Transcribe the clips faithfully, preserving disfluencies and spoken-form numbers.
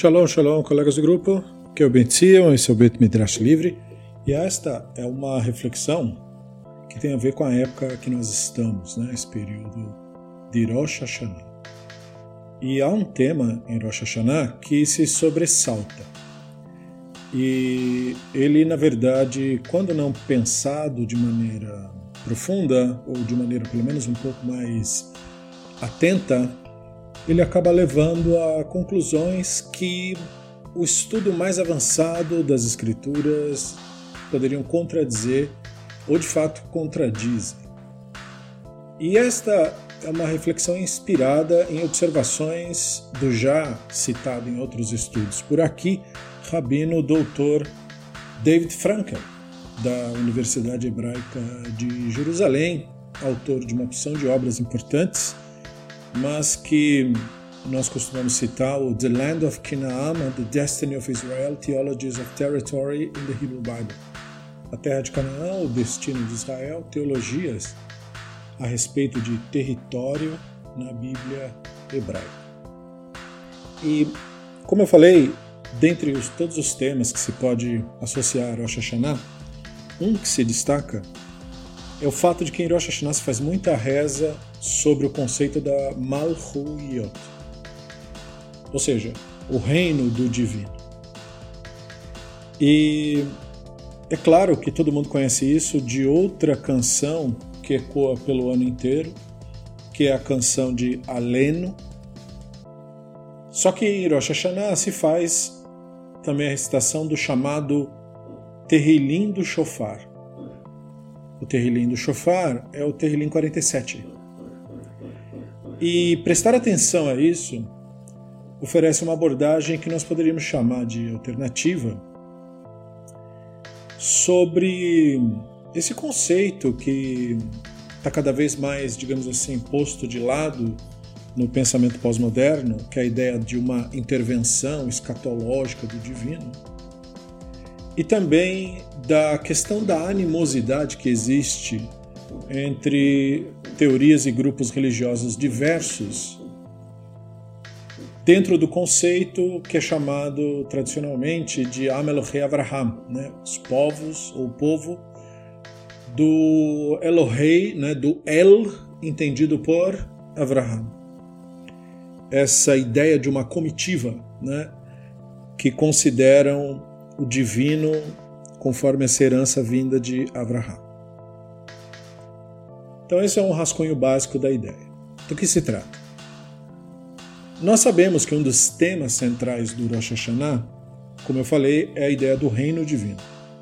Shalom, shalom, colegas do grupo, que é o Ben Zion, esse é o Bet Midrash Livre, e esta é uma reflexão que tem a ver com a época que nós estamos, né, esse período de Rosh Hashanah. E há um tema em Rosh Hashanah que se sobressalta, e ele, na verdade, quando não pensado de maneira profunda, ou de maneira pelo menos um pouco mais atenta, ele acaba levando a conclusões que o estudo mais avançado das escrituras poderiam contradizer ou de fato contradizem. E esta é uma reflexão inspirada em observações do já citado em outros estudos por aqui, rabino doutor David Frankel, da Universidade Hebraica de Jerusalém, autor de uma opção de obras importantes, mas que nós costumamos citar o The Land of Canaan and the Destiny of Israel, Theologies of Territory in the Hebrew Bible. A Terra de Canaã, o Destino de Israel, Teologias a respeito de território na Bíblia hebraica. E, como eu falei, dentre os, todos os temas que se pode associar a Rosh Hashanah, um que se destaca é o fato de que em Rosh Hashanah se faz muita reza sobre o conceito da Malchuyot, ou seja, o reino do divino. E é claro que todo mundo conhece isso de outra canção que ecoa pelo ano inteiro, que é a canção de Alenu. Só que em Rosh Hashanah se faz também a recitação do chamado Terrilim do Shofar. O Terrilim do Shofar é o Terrilim quarenta e sete. E prestar atenção a isso oferece uma abordagem que nós poderíamos chamar de alternativa sobre esse conceito que está cada vez mais, digamos assim, posto de lado no pensamento pós-moderno, que é a ideia de uma intervenção escatológica do divino, e também da questão da animosidade que existe entre teorias e grupos religiosos diversos dentro do conceito que é chamado tradicionalmente de Am Elohei Avraham, né? Os povos ou o povo do Elohei, né? Do El, entendido por Avraham. Essa ideia de uma comitiva, né? Que consideram o divino conforme essa herança vinda de Avraham. Então esse é um rascunho básico da ideia. Do que se trata? Nós sabemos que um dos temas centrais do Rosh Hashanah, como eu falei, é a ideia do reino divino.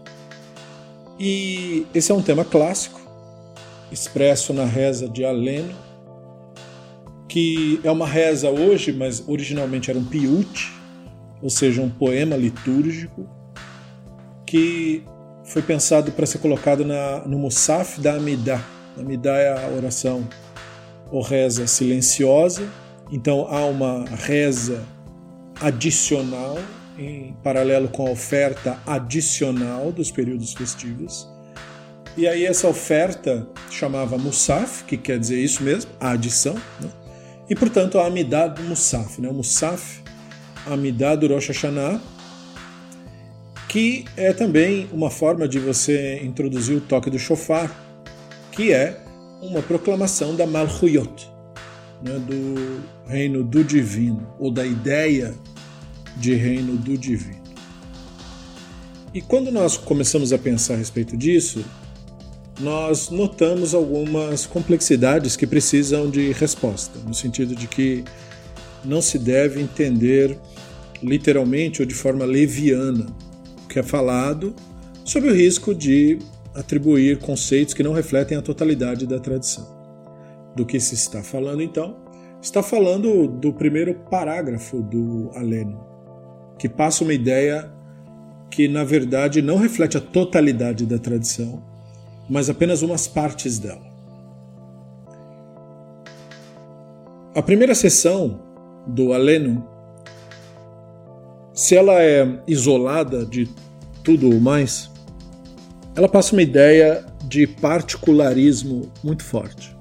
E esse é um tema clássico, expresso na reza de Alenu, que é uma reza hoje, mas originalmente era um piyut, ou seja, um poema litúrgico, que foi pensado para ser colocado na, no Musaf da Amidah. A Amidah é a oração ou reza silenciosa, então há uma reza adicional em paralelo com a oferta adicional dos períodos festivos. E aí essa oferta chamava Musaf, que quer dizer isso mesmo, a adição, né? E portanto a Amidah do Musaf, né? O Musaf, a Amidah do Rosh Hashanah, que é também uma forma de você introduzir o toque do shofar, que é uma proclamação da Malchuyot, né, do reino do divino, ou da ideia de reino do divino. E quando nós começamos a pensar a respeito disso, nós notamos algumas complexidades que precisam de resposta, no sentido de que não se deve entender literalmente ou de forma leviana o que é falado, sob o risco de atribuir conceitos que não refletem a totalidade da tradição. Do que se está falando, então? Está falando do primeiro parágrafo do Alenu, que passa uma ideia que, na verdade, não reflete a totalidade da tradição, mas apenas umas partes dela. A primeira seção do Alenu, se ela é isolada de tudo o mais, ela passa uma ideia de particularismo muito forte.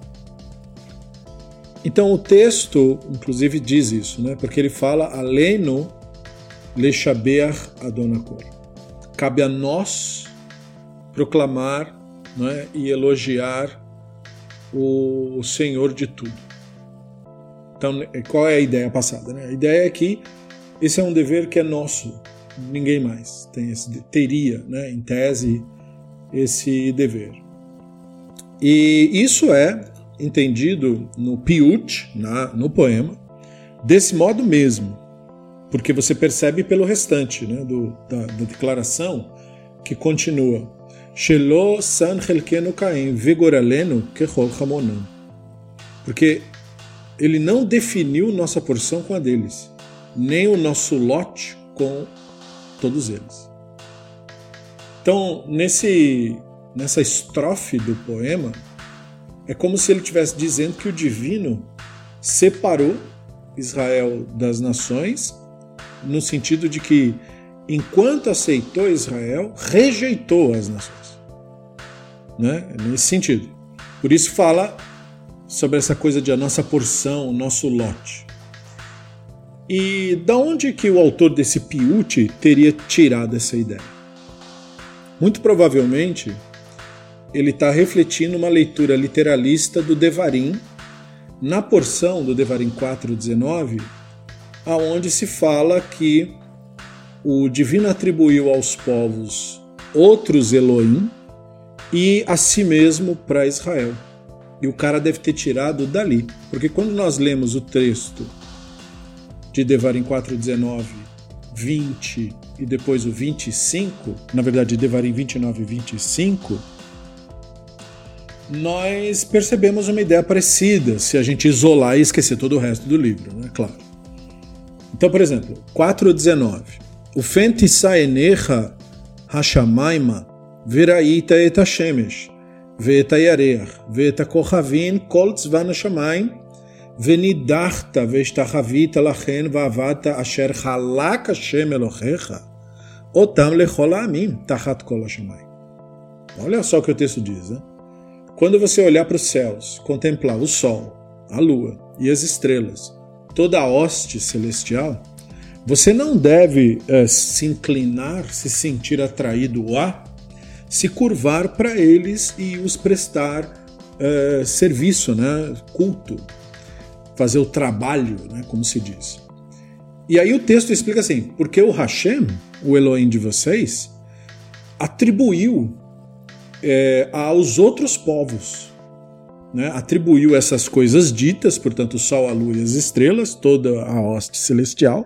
Então o texto, inclusive, diz isso, né? Porque ele fala Alenu Leshabeach Adonakol. Cabe a nós proclamar, não é, e elogiar o Senhor de tudo. Então, qual é a ideia passada? Né? A ideia é que esse é um dever que é nosso, ninguém mais tem esse, teria, né, em tese, esse dever. E isso é entendido no Piyut, na, no poema, desse modo mesmo, porque você percebe pelo restante, né, do, da, da declaração, que continua Shelo san chelkenu kaim vigoralenu kechol chamonam, porque ele não definiu nossa porção com a deles, nem o nosso lote com todos eles. Então, nesse, nessa estrofe do poema, é como se ele estivesse dizendo que o divino separou Israel das nações, no sentido de que, enquanto aceitou Israel, rejeitou as nações. Né? Nesse sentido. Por isso fala sobre essa coisa de a nossa porção, o nosso lote. E da onde que o autor desse Piyut teria tirado essa ideia? Muito provavelmente ele está refletindo uma leitura literalista do Devarim, na porção do Devarim quatro, dezenove, aonde se fala que o divino atribuiu aos povos outros Elohim e a si mesmo para Israel. E o cara deve ter tirado dali, porque quando nós lemos o texto de Devarim quatro, dezenove, vinte e depois o vinte e cinco, na verdade Devarim vinte e nove e vinte e cinco, nós percebemos uma ideia parecida, se a gente isolar e esquecer todo o resto do livro, né? Claro. Então, por exemplo, quatro, dezenove. Ufen tisa enecha hashamaima veraita et hashemesh ve'et hayareach ve'et hakochavim kol tzvan hashamayim venidachta ve'shtachavita lachen va'avata asher chalak Hashem Elohecha otam lechol ha'amim tachat kol hashamayim. Olha só o que o texto diz, né? Quando você olhar para os céus, contemplar o sol, a lua e as estrelas, toda a hoste celestial, você não deve uh, se inclinar, se sentir atraído a, se curvar para eles e os prestar uh, serviço, né, culto, fazer o trabalho, né, como se diz. E aí o texto explica assim, porque o Hashem, o Elohim de vocês, atribuiu É, aos outros povos, né? Atribuiu essas coisas ditas, portanto o sol, a lua e as estrelas, toda a hoste celestial,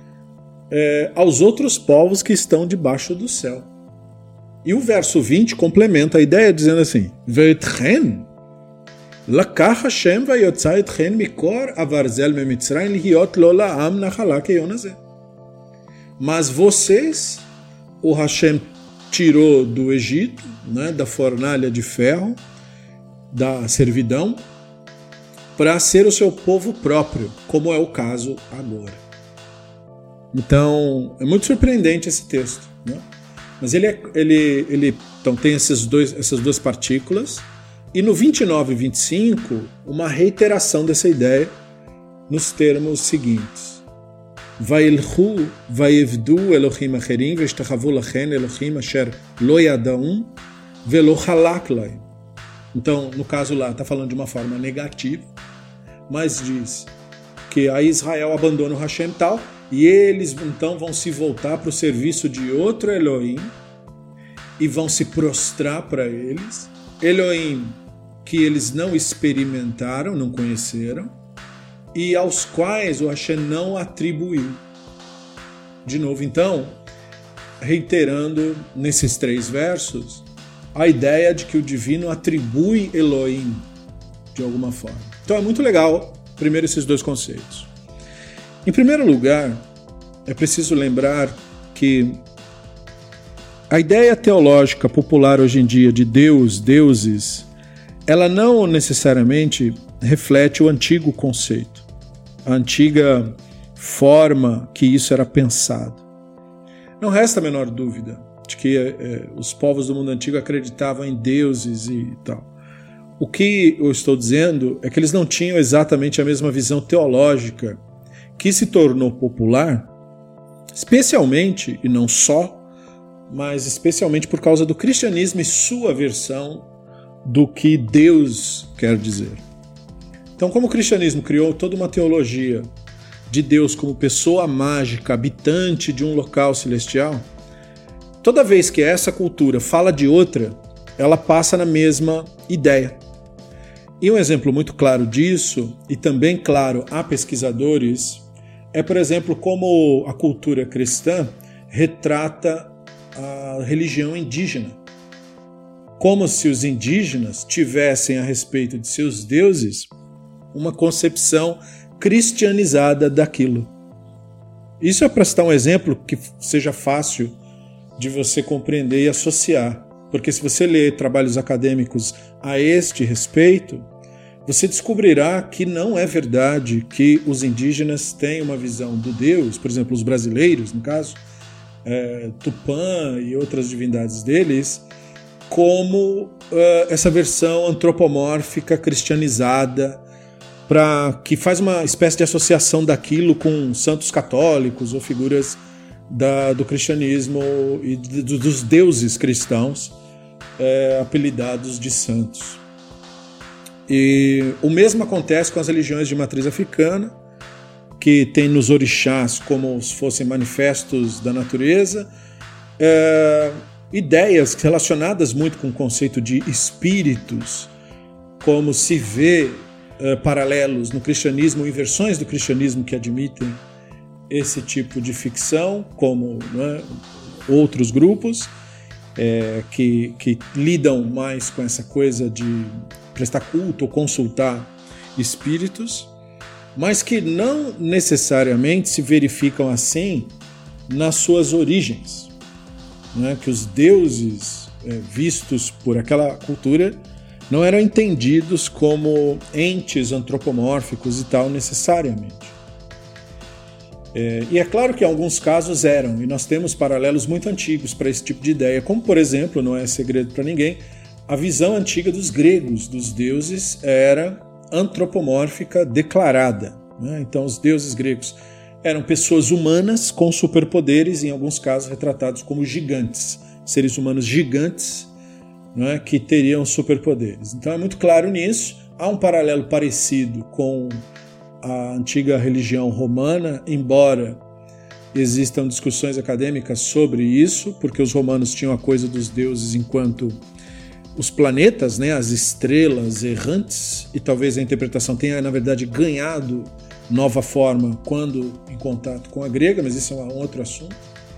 é, aos outros povos que estão debaixo do céu. E o verso vinte complementa a ideia dizendo assim, Ve'etchen lakach Hashem vayotza etchen mikor avarzel memitzrayim lihiot lo la'am nachala keyon hazeh. Mas vocês, o Hashem tirou do Egito, né, da fornalha de ferro, da servidão, para ser o seu povo próprio, como é o caso agora. Então, é muito surpreendente esse texto, né? Mas ele, é, ele, ele então, tem esses dois, essas duas partículas, e no vinte e nove e vinte e cinco, uma reiteração dessa ideia nos termos seguintes. Vailchu vaevdu Elohim acherim veshtachavu lachen Elohim asher lo yadaum velo halak laim. Então, no caso lá, está falando de uma forma negativa, mas diz que a Israel abandona o Hashem tal, e eles então vão se voltar para o serviço de outro Elohim e vão se prostrar para eles, Elohim que eles não experimentaram, não conheceram, e aos quais o Hashem não atribuiu. De novo, então, reiterando nesses três versos, a ideia de que o divino atribui Elohim de alguma forma. Então é muito legal, primeiro, esses dois conceitos. Em primeiro lugar, é preciso lembrar que a ideia teológica popular hoje em dia de Deus, deuses, ela não necessariamente reflete o antigo conceito, a antiga forma que isso era pensado. Não resta a menor dúvida de que é, os povos do mundo antigo acreditavam em deuses e tal. O que eu estou dizendo é que eles não tinham exatamente a mesma visão teológica que se tornou popular especialmente, e não só, mas especialmente por causa do cristianismo e sua versão do que Deus quer dizer. Então, como o cristianismo criou toda uma teologia de Deus como pessoa mágica, habitante de um local celestial, toda vez que essa cultura fala de outra, ela passa na mesma ideia. E um exemplo muito claro disso, e também claro a pesquisadores, é, por exemplo, como a cultura cristã retrata a religião indígena. Como se os indígenas tivessem a respeito de seus deuses uma concepção cristianizada daquilo. Isso é para citar um exemplo que seja fácil de você compreender e associar, porque se você ler trabalhos acadêmicos a este respeito, você descobrirá que não é verdade que os indígenas têm uma visão do Deus, por exemplo, os brasileiros, no caso, é, Tupã e outras divindades deles, como uh, essa versão antropomórfica cristianizada, pra, que faz uma espécie de associação daquilo com santos católicos ou figuras da, do cristianismo e de, dos deuses cristãos é, apelidados de santos. E o mesmo acontece com as religiões de matriz africana, que tem nos orixás como se fossem manifestos da natureza, é, ideias relacionadas muito com o conceito de espíritos, como se vê é, paralelos no cristianismo e versões do cristianismo que admitem esse tipo de ficção, como né, outros grupos é, que, que lidam mais com essa coisa de prestar culto ou consultar espíritos, mas que não necessariamente se verificam assim nas suas origens, né? Que os deuses é, vistos por aquela cultura não eram entendidos como entes antropomórficos e tal necessariamente. É, e é claro que em alguns casos eram, e nós temos paralelos muito antigos para esse tipo de ideia, como por exemplo, não é segredo para ninguém, a visão antiga dos gregos dos deuses era antropomórfica declarada, né? Então os deuses gregos eram pessoas humanas com superpoderes, em alguns casos retratados como gigantes, seres humanos gigantes, né, que teriam superpoderes. Então é muito claro nisso. Há um paralelo parecido com a antiga religião romana, embora existam discussões acadêmicas sobre isso, porque os romanos tinham a coisa dos deuses enquanto os planetas, né, as estrelas errantes, e talvez a interpretação tenha, na verdade, ganhado nova forma quando em contato com a grega, mas isso é um outro assunto.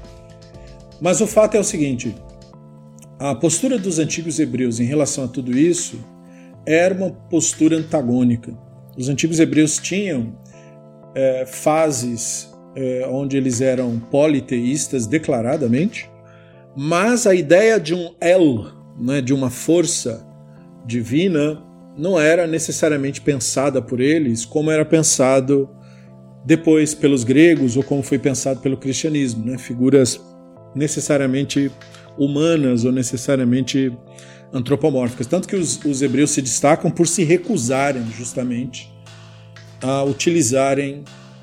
Mas o fato é o seguinte, a postura dos antigos hebreus em relação a tudo isso era uma postura antagônica. Os antigos hebreus tinham é, fases é, onde eles eram politeístas declaradamente, mas a ideia de um El, né, de uma força divina, não era necessariamente pensada por eles como era pensado depois pelos gregos ou como foi pensado pelo cristianismo, né? Figuras necessariamente humanas ou necessariamente antropomórficas. Tanto que os, os hebreus se destacam por se recusarem justamente a utilizarem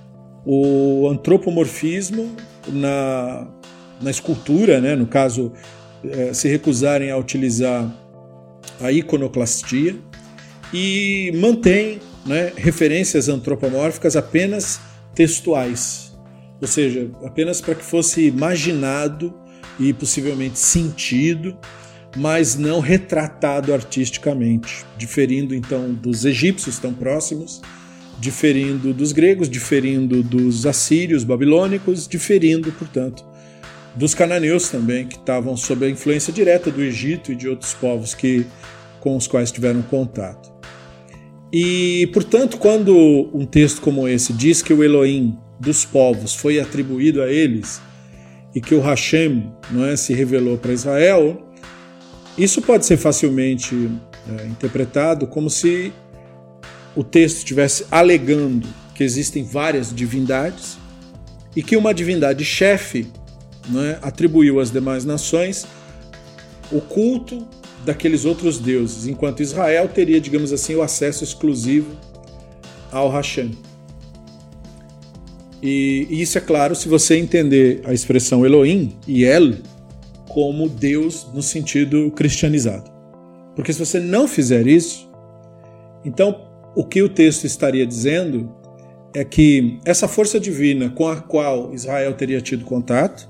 o antropomorfismo na, na escultura, né? No caso, se recusarem a utilizar a iconoclastia e mantém, né, referências antropomórficas apenas textuais, ou seja, apenas para que fosse imaginado e possivelmente sentido, mas não retratado artisticamente, diferindo então dos egípcios tão próximos, diferindo dos gregos, diferindo dos assírios, babilônicos, diferindo, portanto, dos cananeus também, que estavam sob a influência direta do Egito e de outros povos que, com os quais tiveram contato. E, portanto, quando um texto como esse diz que o Elohim dos povos foi atribuído a eles e que o Hashem, não é, se revelou para Israel, isso pode ser facilmente é, interpretado como se o texto estivesse alegando que existem várias divindades e que uma divindade chefe, né, atribuiu às demais nações o culto daqueles outros deuses, enquanto Israel teria, digamos assim, o acesso exclusivo ao Hashem. E, e isso é claro se você entender a expressão Elohim e El como Deus no sentido cristianizado. Porque se você não fizer isso, então o que o texto estaria dizendo é que essa força divina com a qual Israel teria tido contato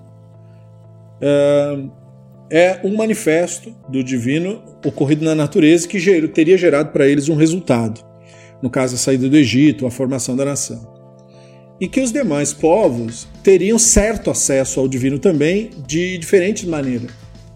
uh, é um manifesto do divino ocorrido na natureza que ger- teria gerado para eles um resultado. No caso, a saída do Egito, a formação da nação. E que os demais povos teriam certo acesso ao divino também de diferentes maneiras.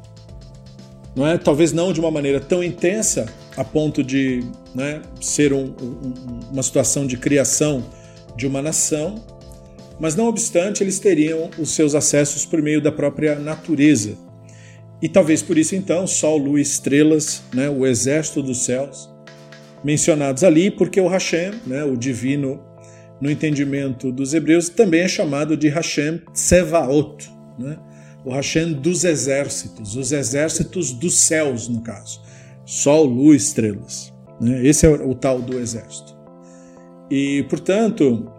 Não é? Talvez não de uma maneira tão intensa a ponto de, né, ser um, um, uma situação de criação de uma nação, mas não obstante eles teriam os seus acessos por meio da própria natureza. E talvez por isso então Sol, Lua e Estrelas, né, o exército dos céus, mencionados ali, porque o Hashem, né, o divino, no entendimento dos hebreus, também é chamado de Hashem Tsevaot, né? O Hashem dos exércitos, os exércitos dos céus, no caso. Sol, lua, estrelas. Né? Esse é o, o tal do exército. E, portanto,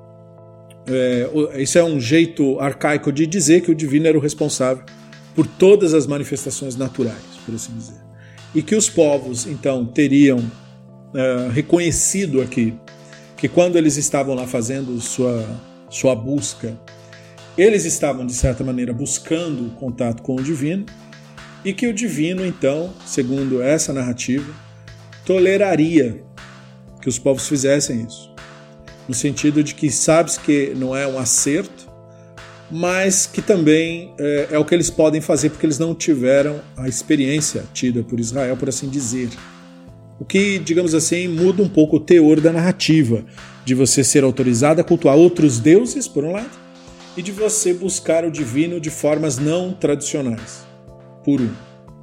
é, isso é um jeito arcaico de dizer que o divino era o responsável por todas as manifestações naturais, por assim dizer. E que os povos, então, teriam é, reconhecido aqui que quando eles estavam lá fazendo sua, sua busca, eles estavam, de certa maneira, buscando o contato com o divino, e que o divino, então, segundo essa narrativa, toleraria que os povos fizessem isso. No sentido de que sabes que não é um acerto, mas que também é, é o que eles podem fazer porque eles não tiveram a experiência tida por Israel, por assim dizer. O que, digamos assim, muda um pouco o teor da narrativa, de você ser autorizado a cultuar outros deuses, por um lado, e de você buscar o divino de formas não tradicionais, por um.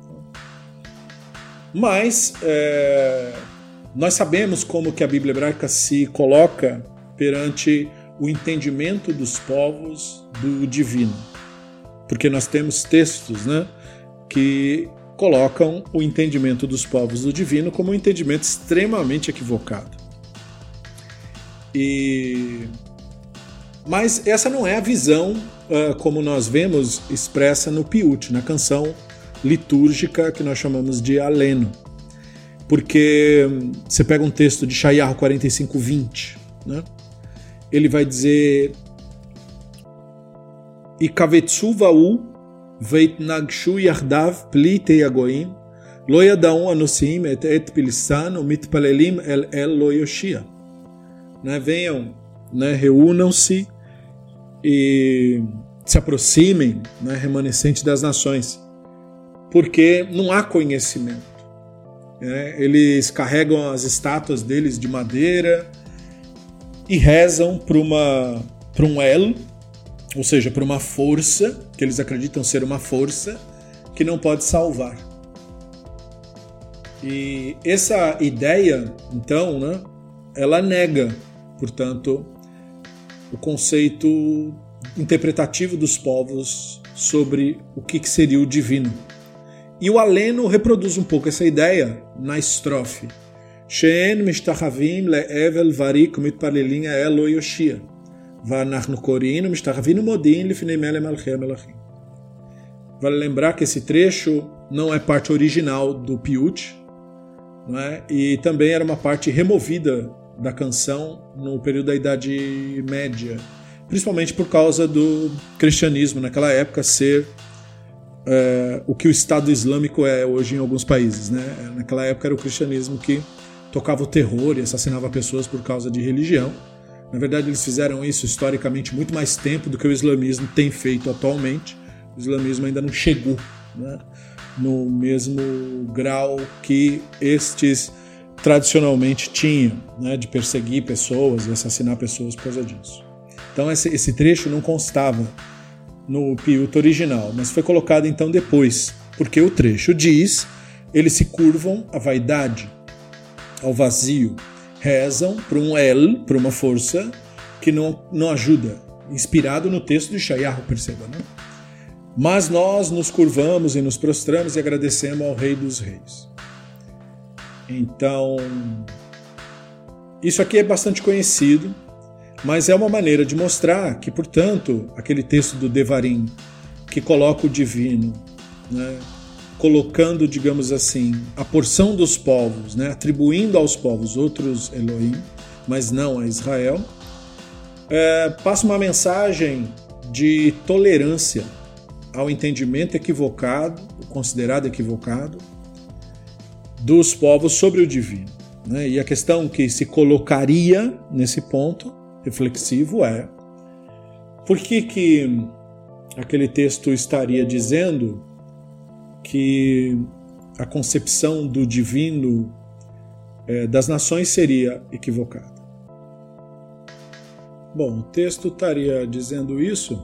Mas é, nós sabemos como que a Bíblia hebraica se coloca perante o entendimento dos povos do divino. Porque nós temos textos, né, que colocam o entendimento dos povos do divino como um entendimento extremamente equivocado. E... Mas essa não é a visão uh, como nós vemos expressa no Piut, na canção litúrgica que nós chamamos de Aleno. Porque um, você pega um texto de Shayahu quarenta e cinco, vinte, né? Ele vai dizer Ikavetsu va'u veitnagshu yardav pli teyagoim lo yadaum anosim et et pilsan umitpalelim el el lo yoshia. Né? Venham, né? Reúnam-se e se aproximem, né? Remanescente das nações, porque não há conhecimento. Né? Eles carregam as estátuas deles de madeira e rezam para uma para um elo, ou seja, para uma força que eles acreditam ser uma força que não pode salvar. E essa ideia, então, né, ela nega, portanto, o conceito interpretativo dos povos sobre o que seria o divino. E o Aleno reproduz um pouco essa ideia na estrofe. She'en mishtachavim le'evel varik mitpalelim el lo yoshia. Va'anachnu korinu mishtachavinu modin lifnei melech malchei melachim. Vale lembrar que esse trecho não é parte original do Piut, não é? E também era uma parte removida da canção no período da Idade Média, principalmente por causa do cristianismo naquela época ser é, o que o Estado Islâmico é hoje em alguns países, né? Naquela época era o cristianismo que tocava o terror e assassinava pessoas por causa de religião. Na verdade, eles fizeram isso historicamente muito mais tempo do que o islamismo tem feito atualmente. O islamismo ainda não chegou, né, no mesmo grau que estes tradicionalmente tinham, né, de perseguir pessoas e assassinar pessoas por causa disso. Então esse, esse trecho não constava no Piut original, mas foi colocado então depois, porque o trecho diz: eles se curvam à vaidade, ao vazio, rezam para um El, para uma força que não, não ajuda, inspirado no texto de Shayahu, perceba, né? Mas nós nos curvamos e nos prostramos e agradecemos ao Rei dos Reis. Então, isso aqui é bastante conhecido. Mas é uma maneira de mostrar que, portanto, aquele texto do Devarim, que coloca o divino, né, colocando, digamos assim, a porção dos povos, né, atribuindo aos povos outros Elohim, mas não a Israel, é, passa uma mensagem de tolerância ao entendimento equivocado, considerado equivocado, dos povos sobre o divino, né? E a questão que se colocaria nesse ponto reflexivo é: por que que aquele texto estaria dizendo que a concepção do divino é, das nações seria equivocada? Bom, o texto estaria dizendo isso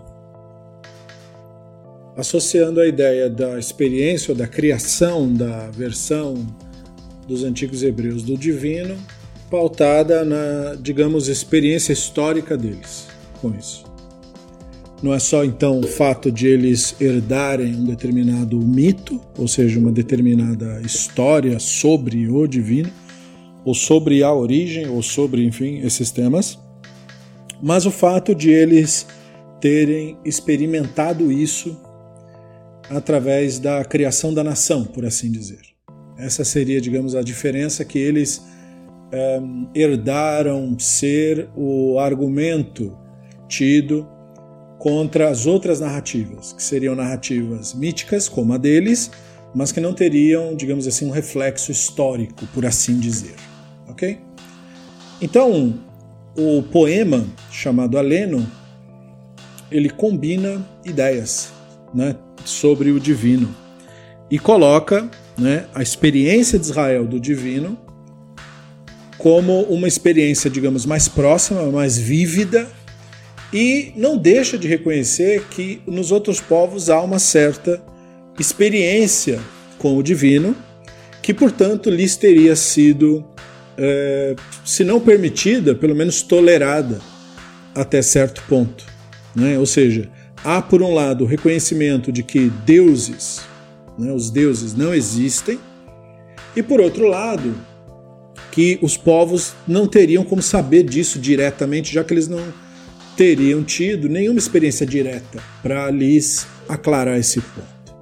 associando a ideia da experiência ou da criação da versão dos antigos hebreus do divino, pautada na, digamos, experiência histórica deles com isso. Não é só, então, o fato de eles herdarem um determinado mito, ou seja, uma determinada história sobre o divino, ou sobre a origem, ou sobre, enfim, esses temas, mas o fato de eles terem experimentado isso através da criação da nação, por assim dizer. Essa seria, digamos, a diferença, que eles um, herdaram ser o argumento tido contra as outras narrativas, que seriam narrativas míticas, como a deles, mas que não teriam, digamos assim, um reflexo histórico, por assim dizer. Ok? Então, o poema chamado Aleno, ele combina ideias, né, sobre o divino e coloca, né, a experiência de Israel do divino como uma experiência, digamos, mais próxima, mais vívida, e não deixa de reconhecer que nos outros povos há uma certa experiência com o divino, que, portanto, lhes teria sido, é, se não permitida, pelo menos tolerada até certo ponto, né? Ou seja, há, por um lado, o reconhecimento de que deuses, né, os deuses não existem, e, por outro lado, que os povos não teriam como saber disso diretamente, já que eles não teriam tido nenhuma experiência direta para lhes aclarar esse ponto.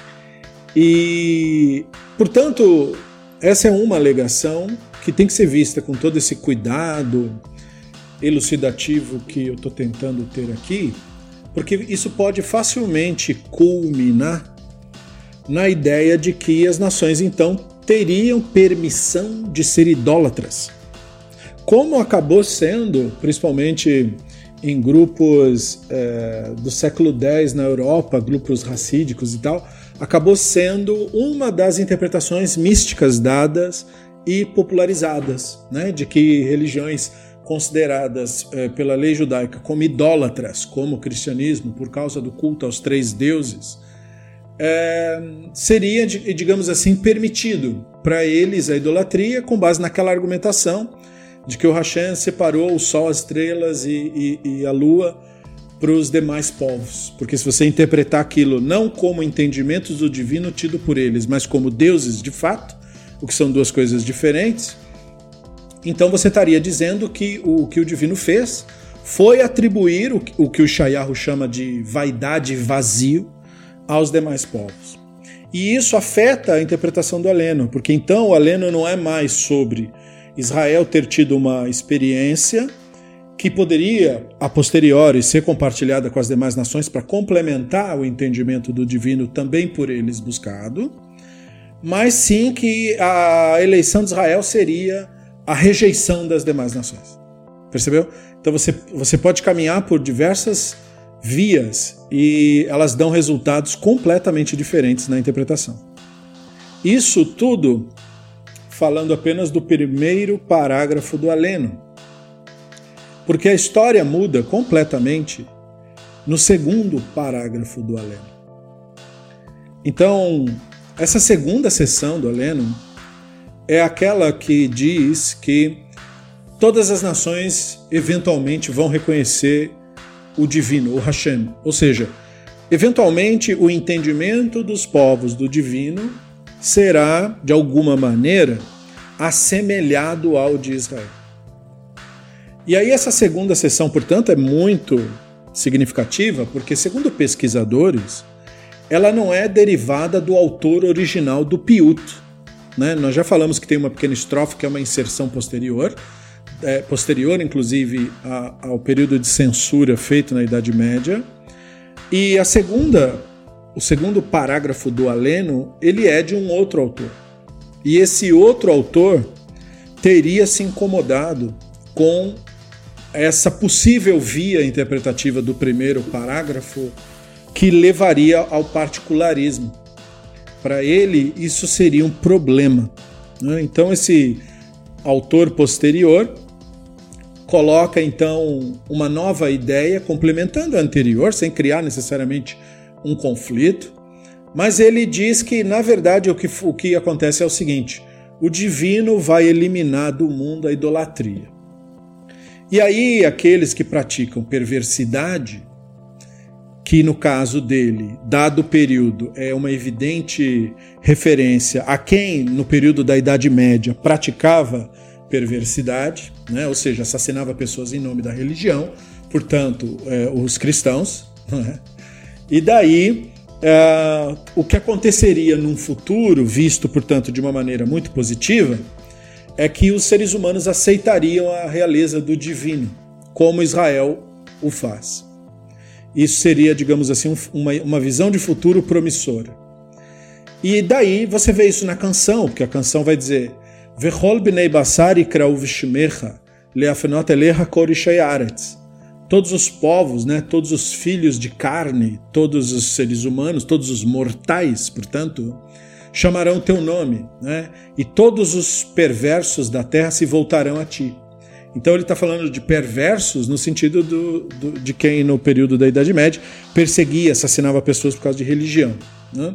E, portanto, essa é uma alegação que tem que ser vista com todo esse cuidado elucidativo que eu estou tentando ter aqui, porque isso pode facilmente culminar na ideia de que as nações, então, teriam permissão de ser idólatras, como acabou sendo, principalmente em grupos é, do século dez na Europa, grupos racídicos e tal, acabou sendo uma das interpretações místicas dadas e popularizadas, né, de que religiões consideradas é, pela lei judaica como idólatras, como o cristianismo, por causa do culto aos três deuses, é, seria, digamos assim, permitido para eles a idolatria com base naquela argumentação de que o Hashem separou o sol, as estrelas e, e, e a lua para os demais povos. Porque se você interpretar aquilo não como entendimentos do divino tido por eles, mas como deuses de fato, o que são duas coisas diferentes, então você estaria dizendo que o que o divino fez foi atribuir o, o que o Shayahu chama de vaidade e vazio aos demais povos. E isso afeta a interpretação do Aleno, porque então o Aleno não é mais sobre Israel ter tido uma experiência que poderia, a posteriori, ser compartilhada com as demais nações para complementar o entendimento do divino também por eles buscado, mas sim que a eleição de Israel seria a rejeição das demais nações. Percebeu? Então você, você pode caminhar por diversas vias e elas dão resultados completamente diferentes na interpretação. Isso tudo falando apenas do primeiro parágrafo do Aleno, porque a história muda completamente no segundo parágrafo do Aleno. Então, essa segunda seção do Aleno é aquela que diz que todas as nações eventualmente vão reconhecer o divino, o Hashem, ou seja, eventualmente o entendimento dos povos do divino será, de alguma maneira, assemelhado ao de Israel. E aí essa segunda seção, portanto, é muito significativa, porque, segundo pesquisadores, ela não é derivada do autor original do Piyut, né? Nós já falamos que tem uma pequena estrofe que é uma inserção posterior, é, posterior, inclusive, a, ao período de censura feito na Idade Média. E a segunda, o segundo parágrafo do Aleno, ele é de um outro autor. E esse outro autor teria se incomodado com essa possível via interpretativa do primeiro parágrafo que levaria ao particularismo. Para ele, isso seria um problema, né? Então, esse autor posterior coloca, então, uma nova ideia, complementando a anterior, sem criar necessariamente um conflito, mas ele diz que, na verdade, o que, o que acontece é o seguinte: o divino vai eliminar do mundo a idolatria. E aí, aqueles que praticam perversidade, que no caso dele, dado o período, é uma evidente referência a quem, no período da Idade Média, praticava perversidade, né? Ou seja, assassinava pessoas em nome da religião, portanto, é, os cristãos. Né? E daí, é, o que aconteceria num futuro, visto, portanto, de uma maneira muito positiva, é que os seres humanos aceitariam a realeza do divino, como Israel o faz. Isso seria, digamos assim, uma, uma visão de futuro promissora. E daí você vê isso na canção, porque a canção vai dizer: Vechol bnei basar ikrau v'shmecha leafenot elecha korishei aretz. Todos os povos, né, todos os filhos de carne, todos os seres humanos, todos os mortais, portanto, chamarão teu nome, né? E todos os perversos da terra se voltarão a ti. Então ele está falando de perversos no sentido do, do, de quem no período da Idade Média perseguia, assassinava pessoas por causa de religião, né?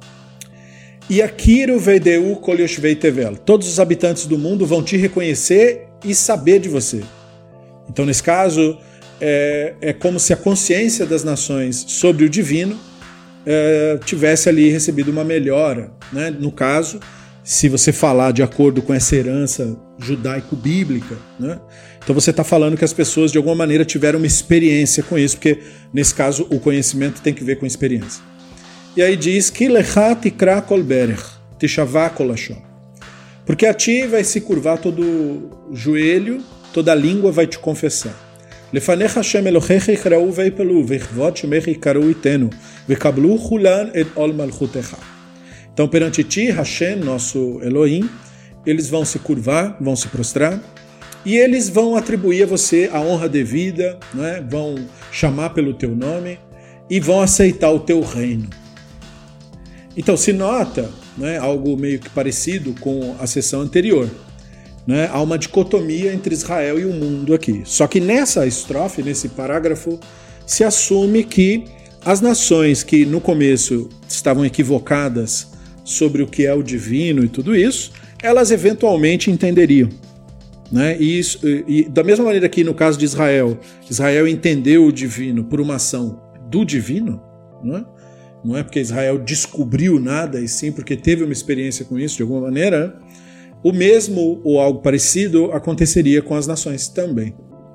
E Akiru veideu kol yoshvei tevel. Todos os habitantes do mundo vão te reconhecer e saber de você. Então, nesse caso, é, é como se a consciência das nações sobre o divino É, tivesse ali recebido uma melhora, né? No caso, se você falar de acordo com essa herança judaico-bíblica, né? Então você está falando que as pessoas de alguma maneira tiveram uma experiência com isso, porque nesse caso o conhecimento tem que ver com experiência. E aí diz que porque a ti vai se curvar todo o joelho, toda a língua vai te confessar. לפניך השם אלוהיך יקראו ויפלו וכבוד שמך יקראו איתנו וקבלו כולן את עול מלכותך. Então, perante ti, Hashem, nosso Elohim, eles vão se curvar, vão se prostrar, e eles vão atribuir a você a honra devida, né? Vão chamar pelo teu nome e vão aceitar o teu reino. Então, se nota, né, algo meio que parecido com a sessão anterior. Né? Há uma dicotomia entre Israel e o mundo aqui. Só que nessa estrofe, nesse parágrafo, se assume que as nações que no começo estavam equivocadas sobre o que é o divino e tudo isso, elas eventualmente entenderiam. Né? E, isso, e da mesma maneira que no caso de Israel, Israel entendeu o divino por uma ação do divino, não é? Não é porque Israel descobriu nada, e sim porque teve uma experiência com isso de alguma maneira. O mesmo ou algo parecido aconteceria com as nações também.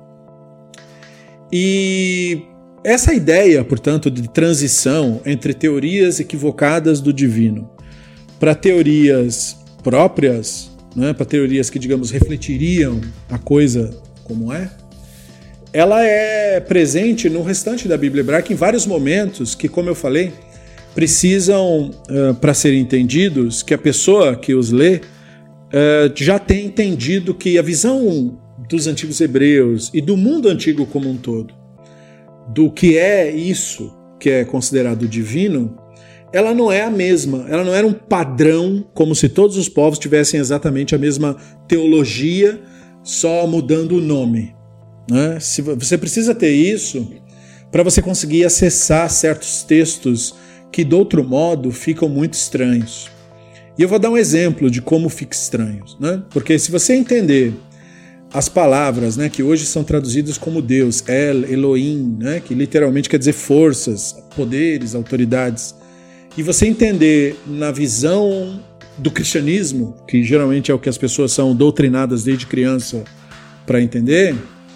E essa ideia, portanto, de transição entre teorias equivocadas do divino para teorias próprias, né, para teorias que, digamos, refletiriam a coisa como é, ela é presente no restante da Bíblia hebraica em vários momentos que, como eu falei, precisam, uh, para serem entendidos, que a pessoa que os lê Uh, já tem entendido que a visão dos antigos hebreus e do mundo antigo como um todo, do que é isso que é considerado divino, ela não é a mesma, ela não era um padrão como se todos os povos tivessem exatamente a mesma teologia, só mudando o nome. Né? Se você precisa ter isso para você conseguir acessar certos textos que, de outro modo, ficam muito estranhos. E eu vou dar um exemplo de como fica estranho, né? Porque se você entender as palavras, né, que hoje são traduzidas como Deus, El, Elohim, né, que literalmente quer dizer forças, poderes, autoridades, e você entender na visão do cristianismo, que geralmente é o que as pessoas são doutrinadas desde criança para entender,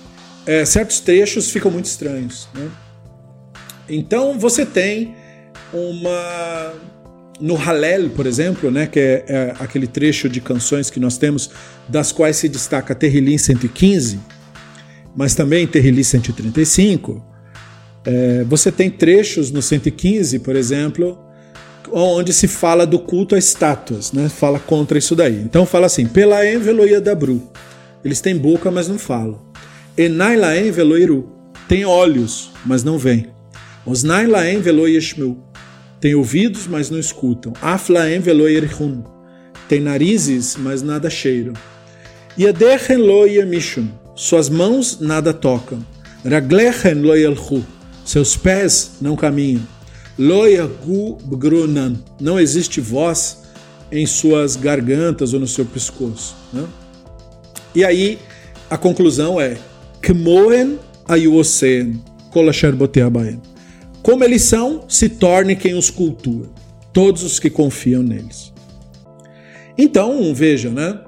é, certos trechos ficam muito estranhos, né? Então você tem uma... No Hallel, por exemplo, né, que é, é aquele trecho de canções que nós temos, das quais se destaca Terrilim cento e quinze, mas também Terrilim cento e trinta e cinco, é, você tem trechos no cento e quinze, por exemplo, onde se fala do culto a estátuas, né, fala contra isso daí. Então fala assim, Pelaem veloia dabru, eles têm boca, mas não falam. Enai laem veloiru, tem olhos, mas não veem. Osnai laem veloieshmu, tem ouvidos, mas não escutam. Aflaem veloierhun, tem narizes, mas nada cheiram. Yadechen lo yamishun, suas mãos nada tocam. Raglechen lo yalchu, seus pés não caminham. Lo yagu bgrunan, não existe voz em suas gargantas ou no seu pescoço, né? E aí a conclusão é Kmoen ayuosen kol asher botea baem. Como eles são, se torne quem os cultua, todos os que confiam neles. Então, veja, né?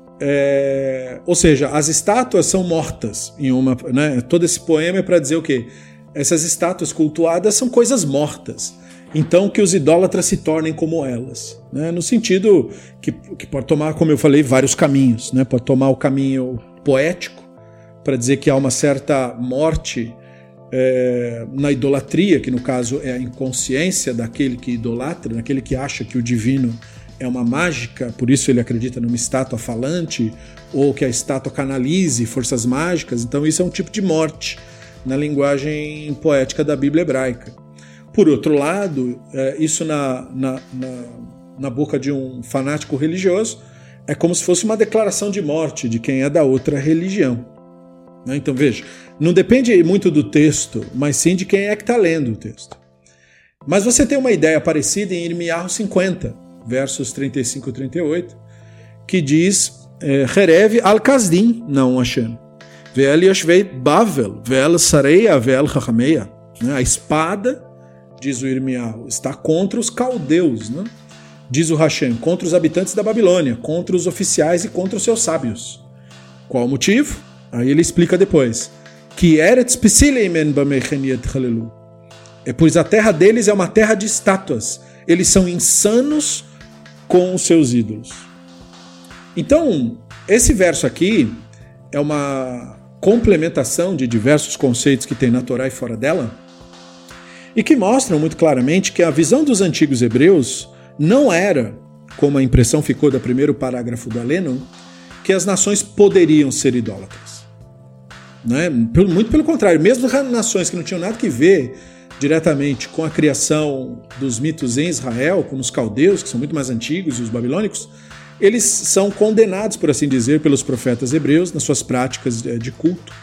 É, ou seja, as estátuas são mortas. Em uma, né? Todo esse poema é para dizer o quê? Essas estátuas cultuadas são coisas mortas. Então, que os idólatras se tornem como elas, né? No sentido que, que pode tomar, como eu falei, vários caminhos, né? Pode tomar o caminho poético, para dizer que há uma certa morte É, na idolatria, que no caso é a inconsciência daquele que idolatra, daquele que acha que o divino é uma mágica, por isso ele acredita numa estátua falante, ou que a estátua canalize forças mágicas. Então isso é um tipo de morte na linguagem poética da Bíblia hebraica. Por outro lado, é, isso na, na, na, na boca de um fanático religioso é como se fosse uma declaração de morte de quem é da outra religião. Então veja, não depende muito do texto, mas sim de quem é que está lendo o texto. Mas você tem uma ideia parecida em Irmiyahu cinquenta, versos trinta e cinco e trinta e oito, que diz Herev al-Kasdim, não Hashem. Ve'el yoshvei Bavel, ve'el sareia, ve'el chachameia. A espada, diz o Irmiyahu, está contra os caldeus, né? Diz o Hashem, contra os habitantes da Babilônia, contra os oficiais e contra os seus sábios. Qual o motivo? Aí ele explica depois. Que eretz pisileimen bamecheniet halelu. É pois a terra deles é uma terra de estátuas. Eles são insanos com os seus ídolos. Então, esse verso aqui é uma complementação de diversos conceitos que tem na Torá e fora dela, e que mostram muito claramente que a visão dos antigos hebreus não era, como a impressão ficou do primeiro parágrafo do Alenon, que as nações poderiam ser idólatras. Né? Muito pelo contrário, mesmo nações que não tinham nada que ver diretamente com a criação dos mitos em Israel, como os caldeus, que são muito mais antigos, e os babilônicos, eles são condenados, por assim dizer, pelos profetas hebreus nas suas práticas de culto,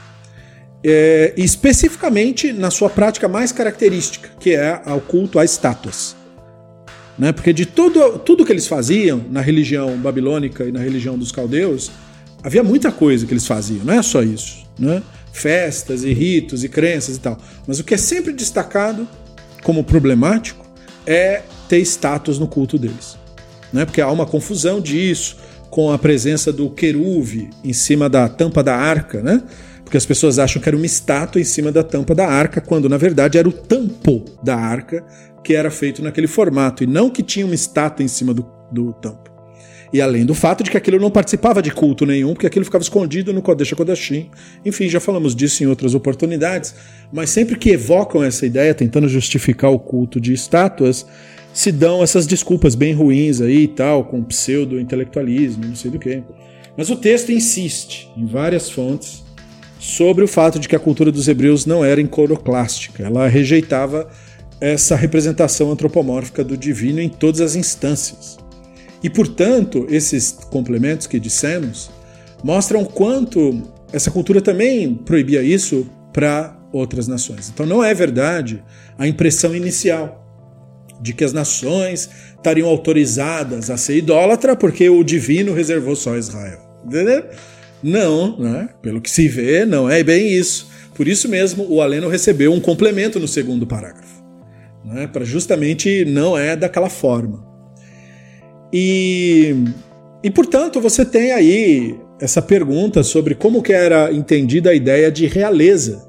é, e especificamente na sua prática mais característica, que é o culto a estátuas. Né? Porque de tudo, tudo que eles faziam na religião babilônica e na religião dos caldeus, havia muita coisa que eles faziam, não é só isso, né? Festas e ritos e crenças e tal. Mas o que é sempre destacado como problemático é ter estátuas no culto deles. Né? Porque há uma confusão disso com a presença do queruve em cima da tampa da arca, né? Porque as pessoas acham que era uma estátua em cima da tampa da arca, quando na verdade era o tampo da arca que era feito naquele formato, e não que tinha uma estátua em cima do, do tampo. E além do fato de que aquilo não participava de culto nenhum, porque aquilo ficava escondido no Kodesh HaKodashim. Enfim, já falamos disso em outras oportunidades, mas sempre que evocam essa ideia, tentando justificar o culto de estátuas, se dão essas desculpas bem ruins aí e tal, com pseudo-intelectualismo, não sei do que. Mas o texto insiste, em várias fontes, sobre o fato de que a cultura dos hebreus não era iconoclástica. Ela rejeitava essa representação antropomórfica do divino em todas as instâncias. E, portanto, esses complementos que dissemos mostram quanto essa cultura também proibia isso para outras nações. Então não é verdade a impressão inicial de que as nações estariam autorizadas a ser idólatra porque o divino reservou só Israel. Entendeu? Não, né? Pelo que se vê, não é bem isso. Por isso mesmo, o Aleno recebeu um complemento no segundo parágrafo, né? Para justamente não é daquela forma. E, e, portanto, você tem aí essa pergunta sobre como que era entendida a ideia de realeza,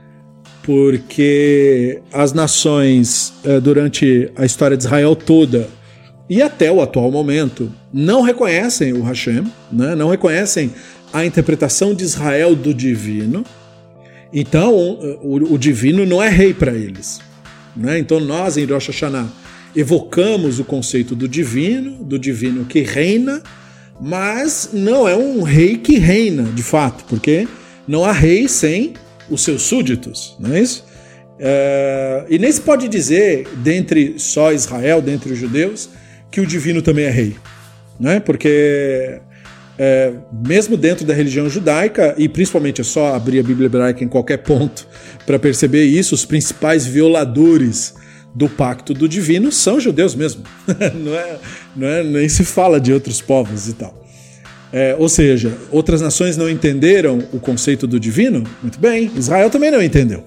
porque as nações, durante a história de Israel toda, e até o atual momento, não reconhecem o Hashem, né? Não reconhecem a interpretação de Israel do divino. Então, o, o divino não é rei para eles, né? Então, nós, em Rosh Hashanah, evocamos o conceito do divino, do divino que reina, mas não é um rei que reina, de fato, porque não há rei sem os seus súditos, não é isso? É, e nem se pode dizer, dentre só Israel, dentre os judeus, que o divino também é rei, né? Porque é, mesmo dentro da religião judaica, e principalmente é só abrir a Bíblia hebraica em qualquer ponto para perceber isso, os principais violadores do pacto do divino são judeus mesmo, não é, não é, nem se fala de outros povos e tal. É, ou seja, outras nações não entenderam o conceito do divino? Muito bem, Israel também não entendeu.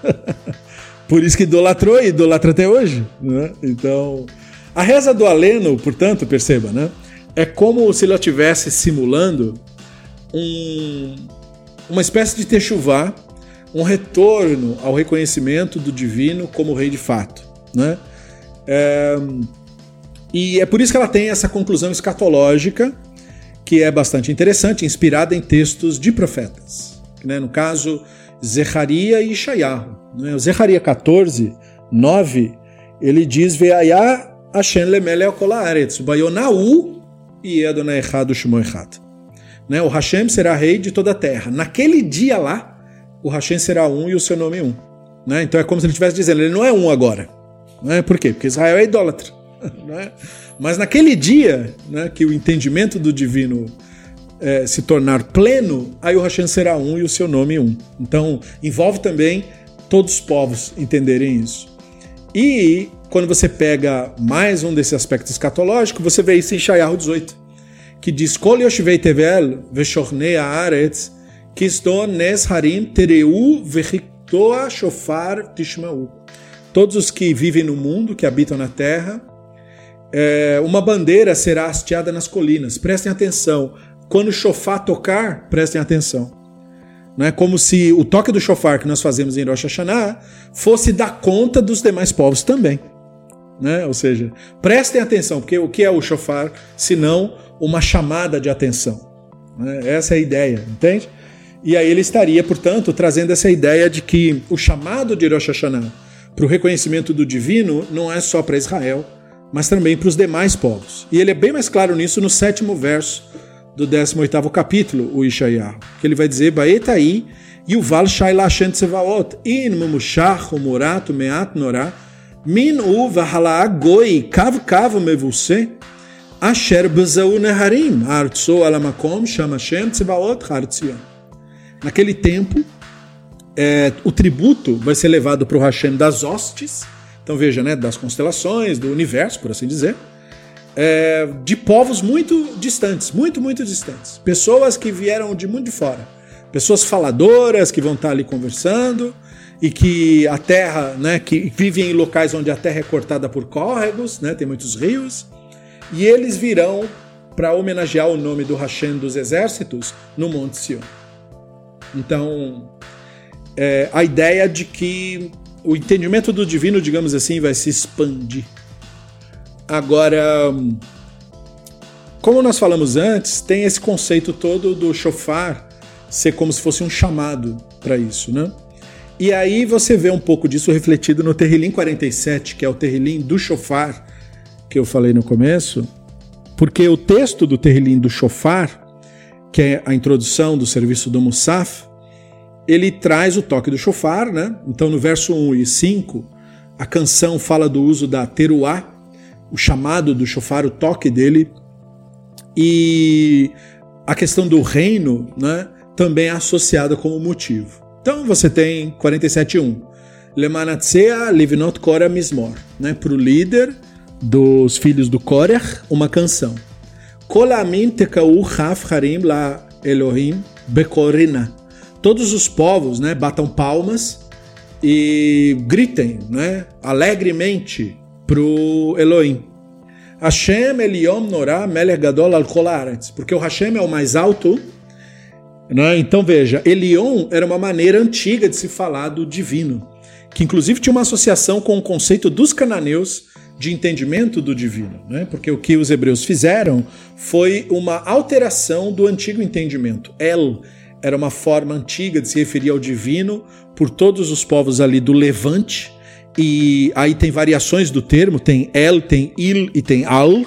Por isso que idolatrou e idolatra até hoje, né? Então, a reza do Aleno, portanto, perceba, né? É como se ela estivesse simulando um, uma espécie de techuvá, um retorno ao reconhecimento do divino como rei de fato, né? É, e é por isso que ela tem essa conclusão escatológica, que é bastante interessante, inspirada em textos de profetas, né? No caso, Zecharia e Ishayahu, né? O Zecharia catorze, nove, ele diz: Ve'ayá Hashem lemele kol haaretz, bayonahu e Adonai echad u'shmo echad. Né? O Hashem será rei de toda a terra. Naquele dia lá, o Hashem será um e o seu nome um. Né? Então é como se ele estivesse dizendo, ele não é um agora. Né? Por quê? Porque Israel é idólatra. Né? Mas naquele dia, né, que o entendimento do divino é, se tornar pleno, aí o Hashem será um e o seu nome um. Então envolve também todos os povos entenderem isso. E quando você pega mais um desses aspectos escatológicos, você vê isso em Ishayahu dezoito, que diz: Kol yoshvei tevel veshornei haaretz kiston nes harim tereu vechiktoa shofar tishmau. Todos os que vivem no mundo, que habitam na terra, é, uma bandeira será hasteada nas colinas. Prestem atenção. Quando o shofar tocar, prestem atenção. Não é como se o toque do shofar que nós fazemos em Rosh Hashanah fosse dar conta dos demais povos também. Né? Ou seja, prestem atenção, porque o que é o shofar senão uma chamada de atenção? Né? Essa é a ideia, entende? E aí ele estaria, portanto, trazendo essa ideia de que o chamado de Rosh Hashanah para o reconhecimento do divino não é só para Israel, mas também para os demais povos. E ele é bem mais claro nisso no sétimo verso do décimo oitavo capítulo, o Ishayahu, que ele vai dizer: Baetai yuval shai lashem tsevaot in mumushach umorat umeat norah min u vahala goi kav kav mevuse asher bezau neharim artso alamakom sham Hashem tsevaot hartzion. Naquele tempo, é, o tributo vai ser levado para o Hashem das hostes, então veja, né, das constelações, do universo, por assim dizer, é, de povos muito distantes, muito, muito distantes. Pessoas que vieram de muito de fora. Pessoas faladoras que vão estar ali conversando e que a terra, né, que vivem em locais onde a terra é cortada por córregos, né, tem muitos rios, e eles virão para homenagear o nome do Hashem dos exércitos no Monte Sião. Então, é, a ideia de que o entendimento do divino, digamos assim, vai se expandir. Agora, como nós falamos antes, tem esse conceito todo do shofar ser como se fosse um chamado para isso, né? E aí você vê um pouco disso refletido no Terrilim quarenta e sete, que é o Terrilim do shofar, que eu falei no começo, porque o texto do Terrilim do shofar, que é a introdução do serviço do Musaf, ele traz o toque do shofar, né? Então no verso um e cinco, a canção fala do uso da teruá, o chamado do shofar, o toque dele, e a questão do reino, né, também é associada como motivo. Então você tem quarenta e sete, um, Lemanatzea livnot Korah Mizmor, né, para o líder dos filhos do Korah, uma canção. Kol amin tekau chaf harim la Elohim bekorina. Todos os povos, né, batam palmas e gritem, né, alegremente pro Elohim. Hashem Eliom Norah Melech Gadol al Kol Haaretz, porque o Hashem é o mais alto Né? Então veja, Elion era uma maneira antiga de se falar do divino, que inclusive tinha uma associação com o conceito dos cananeus de entendimento do divino, né? Porque o que os hebreus fizeram foi uma alteração do antigo entendimento. El era uma forma antiga de se referir ao divino por todos os povos ali do Levante, e aí tem variações do termo, tem El, tem Il e tem Al,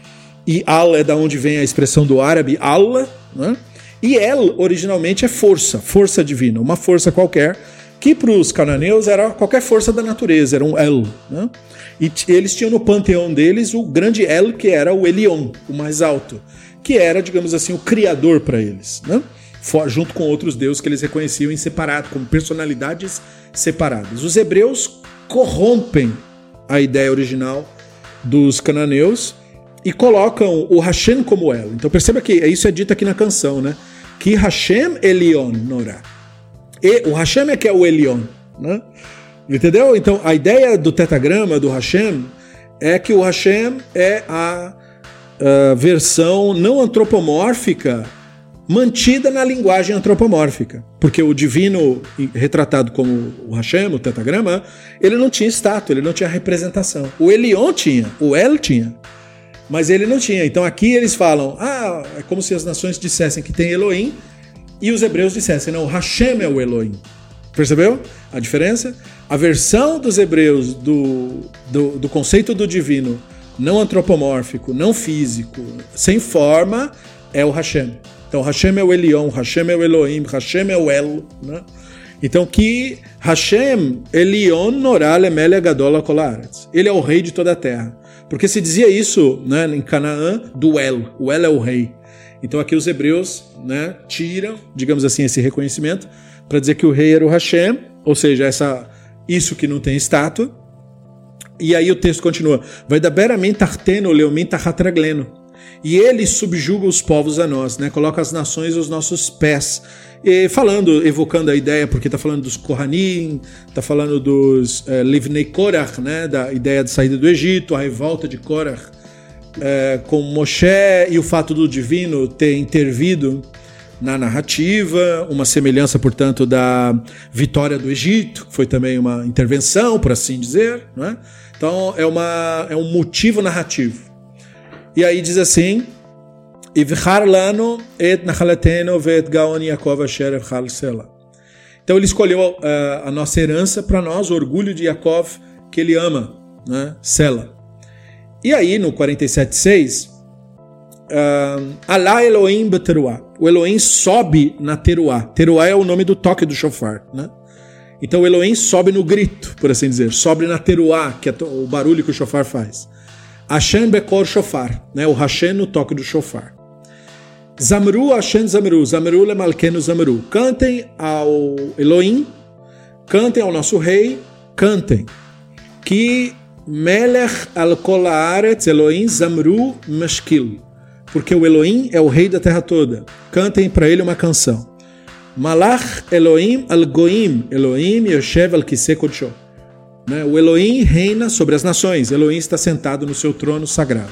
e Al é da onde vem a expressão do árabe Allah, né? E El originalmente é força, força divina, uma força qualquer, que para os cananeus era qualquer força da natureza, era um El, né? E eles tinham no panteão deles o grande El, que era o Elion, o mais alto, que era, digamos assim, o criador para eles, né? Junto com outros deuses que eles reconheciam em separado, como personalidades separadas. Os hebreus corrompem a ideia original dos cananeus e colocam o Hashem como El. Então perceba que isso é dito aqui na canção, né? Que Hashem Elion Norá. E o Hashem é que é o Elion, né? Entendeu? Então a ideia do tetagrama do Hashem é que o Hashem é a, a versão não antropomórfica mantida na linguagem antropomórfica. Porque o divino retratado como o Hashem, o tetagrama, ele não tinha estátua, ele não tinha representação. O Elion tinha, o El tinha, mas ele não tinha. Então aqui eles falam, ah, é como se as nações dissessem que tem Elohim e os hebreus dissessem, não, Hashem é o Elohim. Percebeu a diferença? A versão dos hebreus do, do, do conceito do divino não antropomórfico, não físico, sem forma, é o Hashem. Então Hashem é o Elion, Hashem é o Elohim, Hashem é o El, né? Então que Hashem Elion Norá Lemele Gadol Kol Haaretz. Ele é o rei de toda a terra. Porque se dizia isso, né, em Canaã do El. O El é o rei. Então aqui os hebreus, né, tiram, digamos assim, esse reconhecimento para dizer que o rei era o Hashem, ou seja, essa, isso que não tem estátua. E aí o texto continua. Vai da beramin tarteno leomin tachatragleno. E ele subjuga os povos a nós, né? Coloca as nações aos nossos pés. E falando, evocando a ideia, porque está falando dos Kohanim, está falando dos é, Livnei Korach, né? Da ideia de saída do Egito, a revolta de Korach é, com Moshe e o fato do divino ter intervido na narrativa, uma semelhança, portanto, da vitória do Egito, que foi também uma intervenção, por assim dizer, né? Então é, uma, é um motivo narrativo. E aí diz assim, Ivchar lano et nachalateno ve'et gaon Yaakov asher evchal Sela. Então ele escolheu uh, a nossa herança para nós, o orgulho de Yaakov, que ele ama, né? Sela. E aí no quarenta e sete, seis, uh, Alá Elohim beteruá. O Elohim sobe na teruá. Teruá é o nome do toque do shofar, né? Então o Elohim sobe no grito, por assim dizer, sobe na teruá, que é o barulho que o shofar faz. Hashem bekor shofar, né? O Hashem no toque do shofar. Zamru Hashem Zamru, Zamru lemalkenu Zamru. Cantem ao Elohim, cantem ao nosso rei, cantem. Que Melech al kol haaretz Elohim Zamru mashkil. Porque o Elohim é o rei da terra toda. Cantem para ele uma canção. Malach Elohim al goim, Elohim yoshev al kiseh kodsho. O Elohim reina sobre as nações. Elohim está sentado no seu trono sagrado.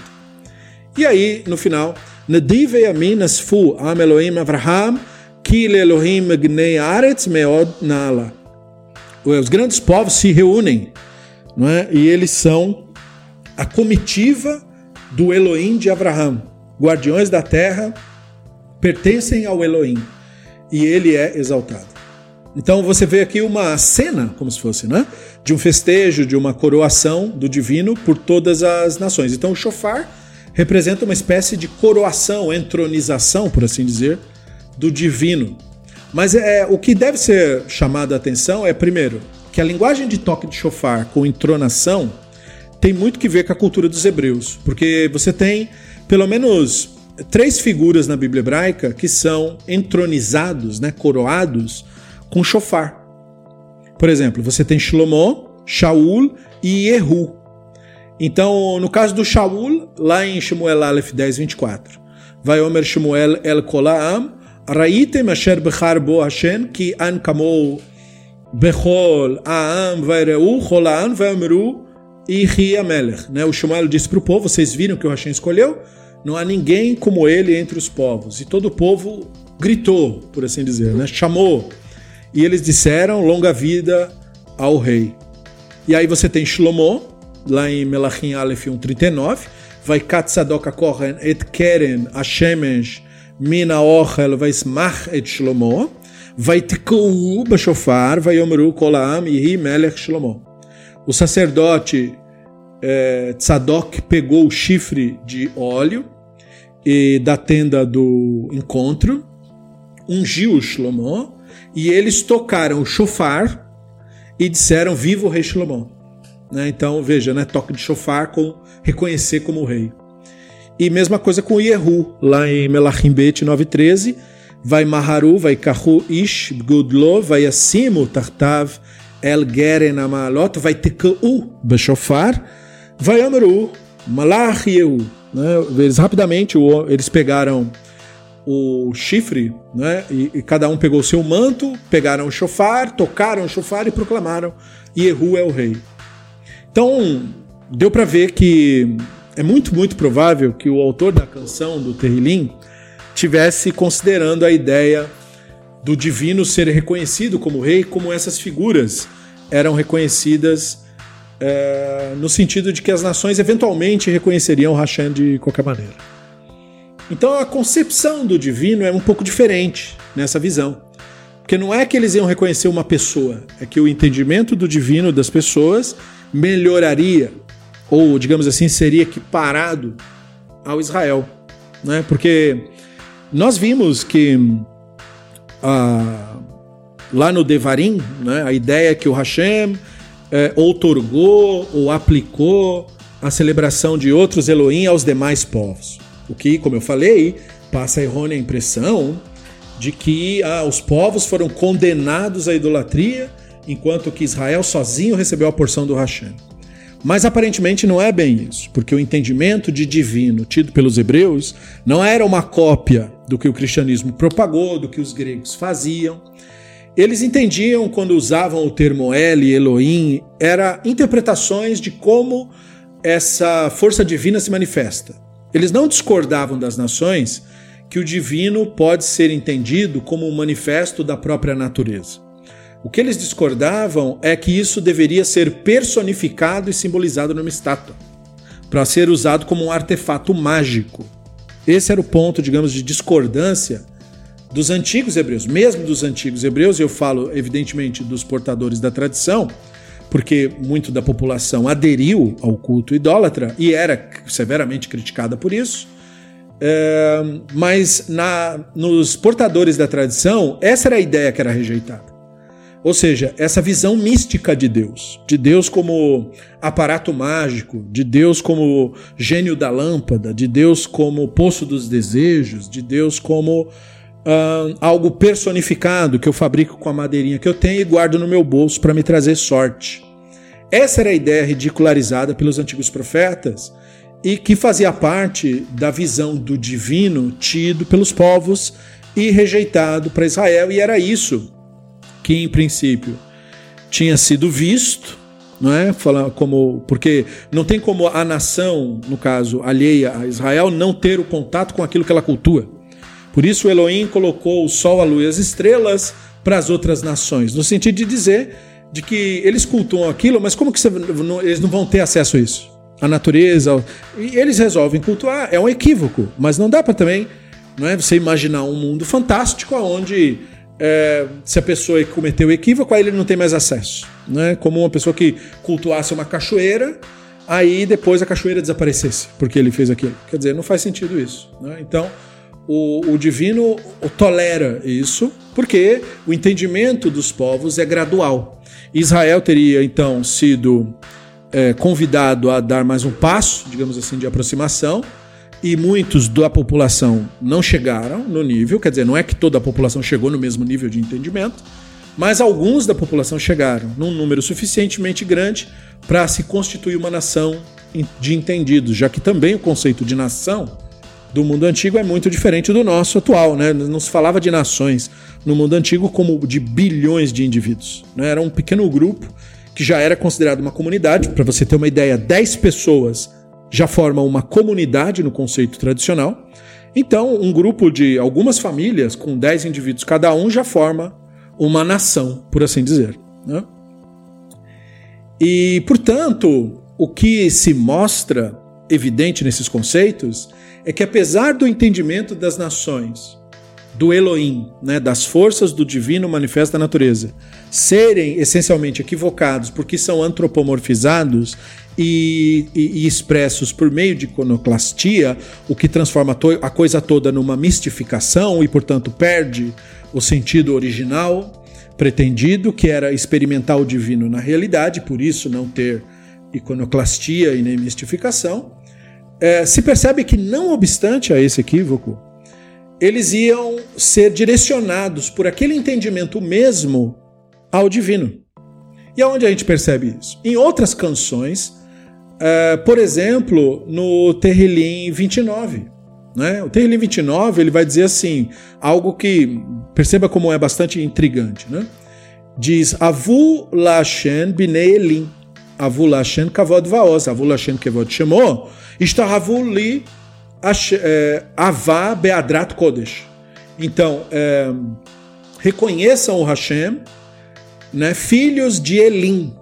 E aí, no final, Nediv yamin asfu am Elohim Avraham ki Elohim gnei aretz meod nala. Os grandes povos se reúnem, não é? E eles são a comitiva do Elohim de Avraham. Guardiões da terra pertencem ao Elohim e ele é exaltado. Então você vê aqui uma cena, como se fosse, né? De um festejo, de uma coroação do divino por todas as nações. Então o shofar representa uma espécie de coroação, entronização, por assim dizer, do divino. Mas é, o que deve ser chamado a atenção é, primeiro, que a linguagem de toque de shofar com entronação tem muito que ver com a cultura dos hebreus, porque você tem pelo menos três figuras na Bíblia hebraica que são entronizados, né, coroados, com shofar. Por exemplo, você tem Shlomo, Shaul e Yehu. Então, no caso do Shaul, lá em Shemuel Aleph dez, vinte e quatro, vai Omer Shemuel el kol ha'am, Raitem asher bechar bo Hashem, ki an kamo bechol ha'am vaireu chol ha'am vayomeru ichi amelech. O Shemuel disse para o povo, vocês viram que o Hashem escolheu? Não há ninguém como ele entre os povos. E todo o povo gritou, por assim dizer, né? Chamou. E eles disseram, longa vida ao rei. E aí você tem Shlomo, lá em Melachim Aleph um trinta e nove, vai Tzadok HaKohen et Keren HaShemesh min HaOchel vaismach et Shlomo, vai Tkuu b'shofar, vai Yomeru kol ha'am yehi melech Shlomo. O sacerdote eh, Tzadok pegou o chifre de óleo e da tenda do encontro, ungiu o Shlomo, e eles tocaram o shofar e disseram, viva o rei Shlomo. Né? Então, veja, né? Toque de shofar com reconhecer como rei. E mesma coisa com Yehu, lá em Melachim Bet nove treze, vai Maharu, vai Kahu Ish, Gudlo, vai Asimu, Tartav, El Geren Amalot, vai Tekau, Beshofar, vai Amru, Malach Yehu. Né? Eles rapidamente, eles pegaram o chifre, né? e, e cada um pegou o seu manto, pegaram o shofar, tocaram o shofar e proclamaram Yehu é o rei. Então, deu para ver que é muito, muito provável que o autor da canção do Tehillim tivesse considerando a ideia do divino ser reconhecido como rei, como essas figuras eram reconhecidas é, no sentido de que as nações eventualmente reconheceriam Hashem de qualquer maneira. Então a concepção do divino é um pouco diferente nessa visão. Porque não é que eles iam reconhecer uma pessoa, é que o entendimento do divino das pessoas melhoraria, ou digamos assim, seria equiparado ao Israel. Né? Porque nós vimos que ah, lá no Devarim, né, a ideia é que o Hashem é, outorgou ou aplicou a celebração de outros Elohim aos demais povos. O que, como eu falei, passa a errônea impressão de que ah, os povos foram condenados à idolatria, enquanto que Israel sozinho recebeu a porção do Hashem. Mas aparentemente não é bem isso, porque o entendimento de divino tido pelos hebreus não era uma cópia do que o cristianismo propagou, do que os gregos faziam. Eles entendiam, quando usavam o termo El e Elohim, era interpretações de como essa força divina se manifesta. Eles não discordavam das nações que o divino pode ser entendido como um manifesto da própria natureza. O que eles discordavam é que isso deveria ser personificado e simbolizado numa estátua, para ser usado como um artefato mágico. Esse era o ponto, digamos, de discordância dos antigos hebreus, mesmo dos antigos hebreus, e eu falo, evidentemente, dos portadores da tradição, porque muito da população aderiu ao culto idólatra e era severamente criticada por isso. É, mas na, nos portadores da tradição, essa era a ideia que era rejeitada. Ou seja, essa visão mística de Deus, de Deus como aparato mágico, de Deus como gênio da lâmpada, de Deus como poço dos desejos, de Deus como uh, algo personificado que eu fabrico com a madeirinha que eu tenho e guardo no meu bolso para me trazer sorte. Essa era a ideia ridicularizada pelos antigos profetas e que fazia parte da visão do divino tido pelos povos e rejeitado para Israel, e era isso que, em princípio, tinha sido visto, não é? Como, porque não tem como a nação, no caso, alheia a Israel, não ter o contato com aquilo que ela cultua. Por isso o Elohim colocou o sol, a lua e as estrelas para as outras nações, no sentido de dizer de que eles cultuam aquilo, mas como que você, não, eles não vão ter acesso a isso? A natureza, e eles resolvem cultuar, é um equívoco, mas não dá para também, não é, você imaginar um mundo fantástico onde é, se a pessoa cometeu equívoco, aí ele não tem mais acesso, né? Como uma pessoa que cultuasse uma cachoeira, aí depois a cachoeira desaparecesse porque ele fez aquilo. Quer dizer, não faz sentido isso, né? Então o, o divino tolera isso porque o entendimento dos povos é gradual. Israel teria então sido é, convidado a dar mais um passo, digamos assim, de aproximação, e muitos da população não chegaram no nível, quer dizer, não é que toda a população chegou no mesmo nível de entendimento, mas alguns da população chegaram num número suficientemente grande para se constituir uma nação de entendidos, já que também o conceito de nação do mundo antigo é muito diferente do nosso atual, né? Não se falava de nações no mundo antigo como de bilhões de indivíduos, né? Era um pequeno grupo que já era considerado uma comunidade. Para você ter uma ideia, dez pessoas já formam uma comunidade no conceito tradicional, Então, um grupo de algumas famílias, com dez indivíduos cada um, já forma uma nação, por assim dizer, né? E, portanto, o que se mostra evidente nesses conceitos é que, apesar do entendimento das nações, do Elohim, né, das forças do divino manifesto na natureza, serem essencialmente equivocados porque são antropomorfizados e, e, e expressos por meio de iconoclastia, o que transforma a coisa toda numa mistificação e, portanto, perde o sentido original pretendido, que era experimentar o divino na realidade, por isso não ter iconoclastia e nem mistificação. É, se percebe que, não obstante a esse equívoco, eles iam ser direcionados por aquele entendimento mesmo ao divino. E aonde a gente percebe isso? Em outras canções, é, por exemplo, no Tehillim vinte e nove. Né? O Tehillim vinte e nove ele vai dizer assim, algo que, perceba como é bastante intrigante, né? Diz, Avu Lashem Binei Elim, Avu Lashem Kavod Vaoz, Avu Lashem Kavod Shemo, Ishtahavu Li Avá Beadrat Kodesh. Então, é, reconheçam o Hashem, né, filhos de Elim.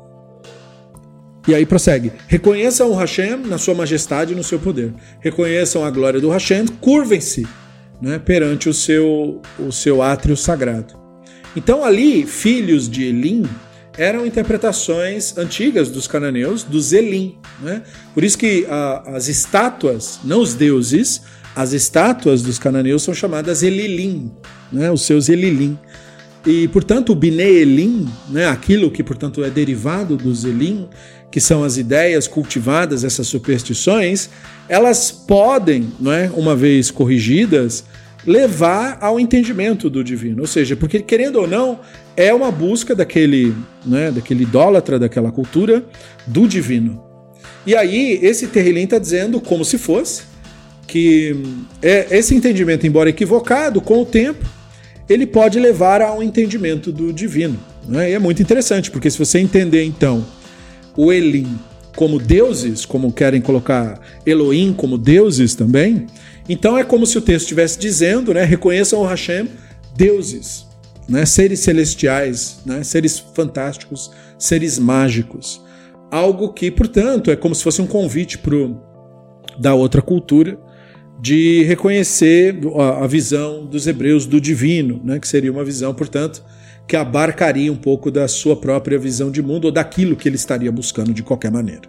E aí prossegue. Reconheçam o Hashem na sua majestade e no seu poder. Reconheçam a glória do Hashem, curvem-se, né, perante o seu, o seu átrio sagrado. Então ali, filhos de Elim eram interpretações antigas dos cananeus, dos Elim. Né? Por isso que a, as estátuas, não os deuses, as estátuas dos cananeus são chamadas Elilim, né? Os seus Elilim. E, portanto, o Binei Elim, né? Aquilo que, portanto, é derivado dos Elim, que são as ideias cultivadas, essas superstições, elas podem, não é, uma vez corrigidas, levar ao entendimento do divino. Ou seja, porque, querendo ou não, é uma busca daquele, né, daquele idólatra, daquela cultura, do divino. E aí, esse Tehillim está dizendo, como se fosse, que esse entendimento, embora equivocado, com o tempo, ele pode levar ao entendimento do divino. Né? E é muito interessante, porque se você entender, então, o Elim como deuses, como querem colocar Elohim como deuses também, então é como se o texto estivesse dizendo, né, reconheçam o Hashem, deuses, né, seres celestiais, né, seres fantásticos, seres mágicos. Algo que, portanto, é como se fosse um convite pro, da outra cultura de reconhecer a, a visão dos hebreus do divino, né, que seria uma visão, portanto, que abarcaria um pouco da sua própria visão de mundo ou daquilo que ele estaria buscando de qualquer maneira.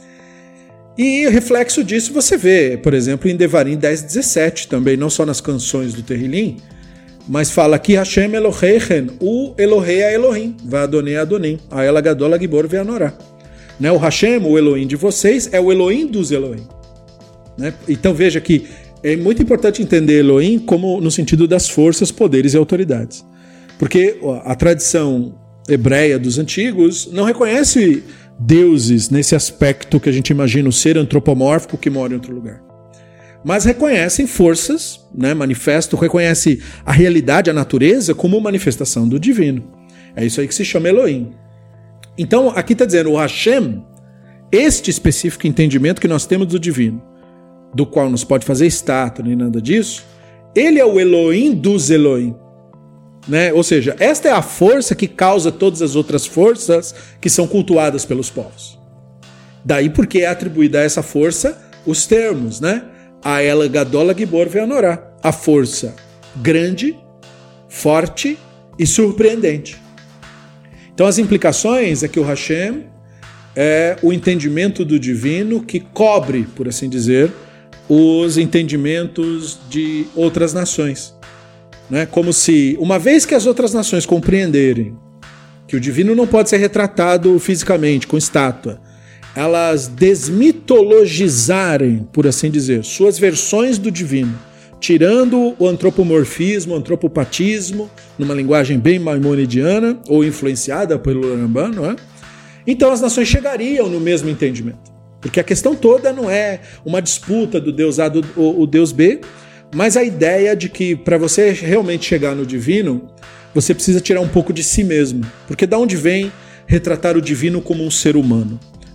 E reflexo disso você vê, por exemplo, em Devarim dez, dezessete, também, não só nas canções do Tehillim, mas fala que Hashem Eloheichen, o Elohei a Elohim, va Adonai Adonim, a Ela Gadol Gibor Ve'anorá. Né? O Hashem, o Elohim de vocês, é o Elohim dos Elohim. Né? Então veja que é muito importante entender Elohim como no sentido das forças, poderes e autoridades. Porque a tradição hebreia dos antigos não reconhece deuses nesse aspecto que a gente imagina o ser antropomórfico que mora em outro lugar. Mas reconhecem forças, né, manifestam, reconhece a realidade, a natureza, como manifestação do divino. É isso aí que se chama Elohim. Então, aqui está dizendo, o Hashem, este específico entendimento que nós temos do divino, do qual não se pode fazer estátua nem nada disso, ele é o Elohim dos Elohim. Né? Ou seja, esta é a força que causa todas as outras forças que são cultuadas pelos povos. Daí porque é atribuída a essa força os termos, né? A Ela Gadol Gibor Ve'anorá, a força grande, forte e surpreendente. Então as implicações é que o Hashem é o entendimento do divino que cobre, por assim dizer, os entendimentos de outras nações. Né? Como se, uma vez que as outras nações compreenderem que o divino não pode ser retratado fisicamente, com estátua, elas desmitologizarem, por assim dizer, suas versões do divino, tirando o antropomorfismo, o antropopatismo, numa linguagem bem maimonidiana, ou influenciada pelo Rambam, não é? Então as nações chegariam no mesmo entendimento. Porque a questão toda não é uma disputa do Deus A do o, o Deus B, mas a ideia de que para você realmente chegar no divino, você precisa tirar um pouco de si mesmo. Porque da onde vem retratar o divino como um ser humano?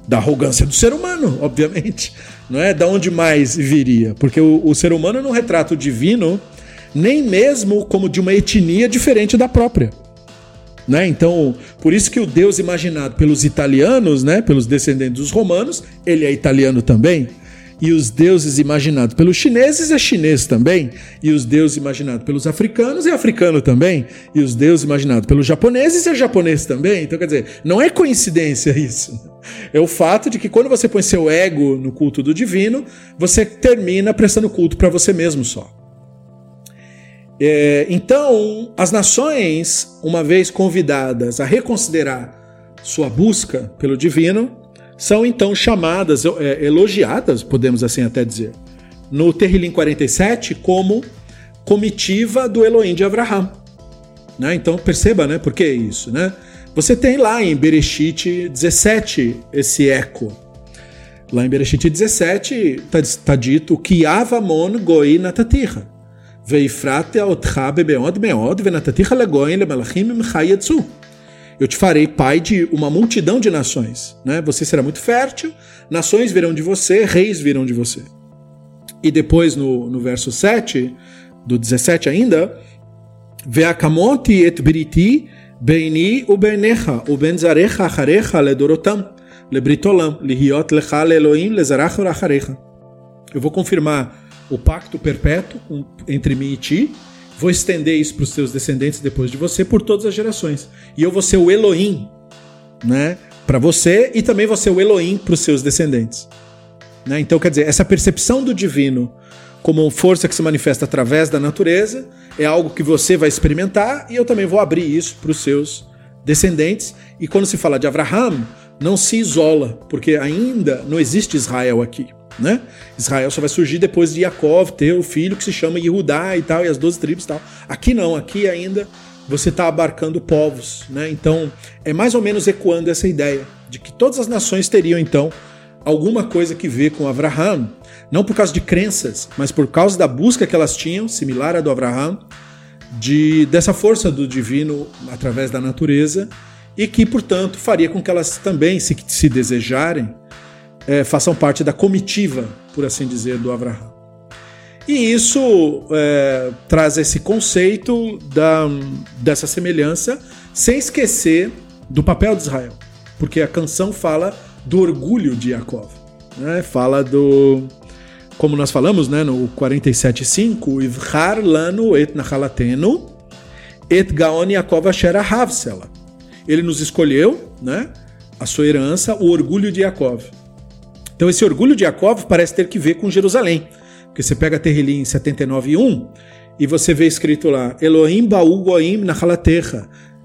Da arrogância do ser humano, obviamente. Não é? Da onde mais viria? Porque o, o ser humano não retrata o divino nem mesmo como de uma etnia diferente da própria. Né? Então, por isso que o Deus imaginado pelos italianos, né, pelos descendentes dos romanos, ele é italiano também. E os deuses imaginados pelos chineses é chinês também. E os deuses imaginados pelos africanos é africano também. E os deuses imaginados pelos japoneses é japonês também. Então, quer dizer, não é coincidência isso. É o fato de que quando você põe seu ego no culto do divino, você termina prestando culto para você mesmo só. É, então, as nações, uma vez convidadas a reconsiderar sua busca pelo divino, são então chamadas, é, elogiadas, podemos assim até dizer, no Terrilim quarenta e sete como comitiva do Elohim de Avraham. Né? Então perceba, né, por que isso? Né? Você tem lá em Bereshit dezessete esse eco. Lá em Bereshit dezessete está tá dito que Avamon goi nataticha veifrate otcha bebeod meod venataticha legoin lemalachim mimcha yetzu. Eu te farei pai de uma multidão de nações. Né? Você será muito fértil, nações virão de você, reis virão de você. E depois, no, no verso sete, do dezessete ainda, Ve'akamoti et biriti beini ubenecha ubenzarecha acharecha ledorotam lebritolam lihiot lecha leelohim lezaracha acharecha. Eu vou confirmar o pacto perpétuo entre mim e ti. Vou estender isso para os teus descendentes depois de você por todas as gerações. E eu vou ser o Elohim, né, para você e também vou ser o Elohim para os seus descendentes. Né? Então, quer dizer, essa percepção do divino como força que se manifesta através da natureza é algo que você vai experimentar e eu também vou abrir isso para os seus descendentes. E quando se fala de Avraham, não se isola, porque ainda não existe Israel aqui. Né? Israel só vai surgir depois de Yaakov ter o filho que se chama Yehudá e tal, e as doze tribos e tal. Aqui não, aqui ainda você está abarcando povos, né? Então é mais ou menos ecoando essa ideia de que todas as nações teriam então alguma coisa que ver com Avraham, não por causa de crenças, mas por causa da busca que elas tinham, similar à do Avraham, de, dessa força do divino através da natureza, e que, portanto, faria com que elas também, se, se desejarem, É, façam parte da comitiva, por assim dizer, do Avraham. E isso é, traz esse conceito da, dessa semelhança, sem esquecer do papel de Israel, porque a canção fala do orgulho de Yaakov, né? Fala do, como nós falamos, né, no quarenta e sete cinco, Ivchar lanu et nachalatenu et gaon Yaakov asher ahav sela. Ele nos escolheu, né, a sua herança, o orgulho de Yaakov. Então esse orgulho de Yaakov parece ter que ver com Jerusalém. Porque você pega Terrilim setenta e nove um e você vê escrito lá Elohim ba'u goim nachalatecha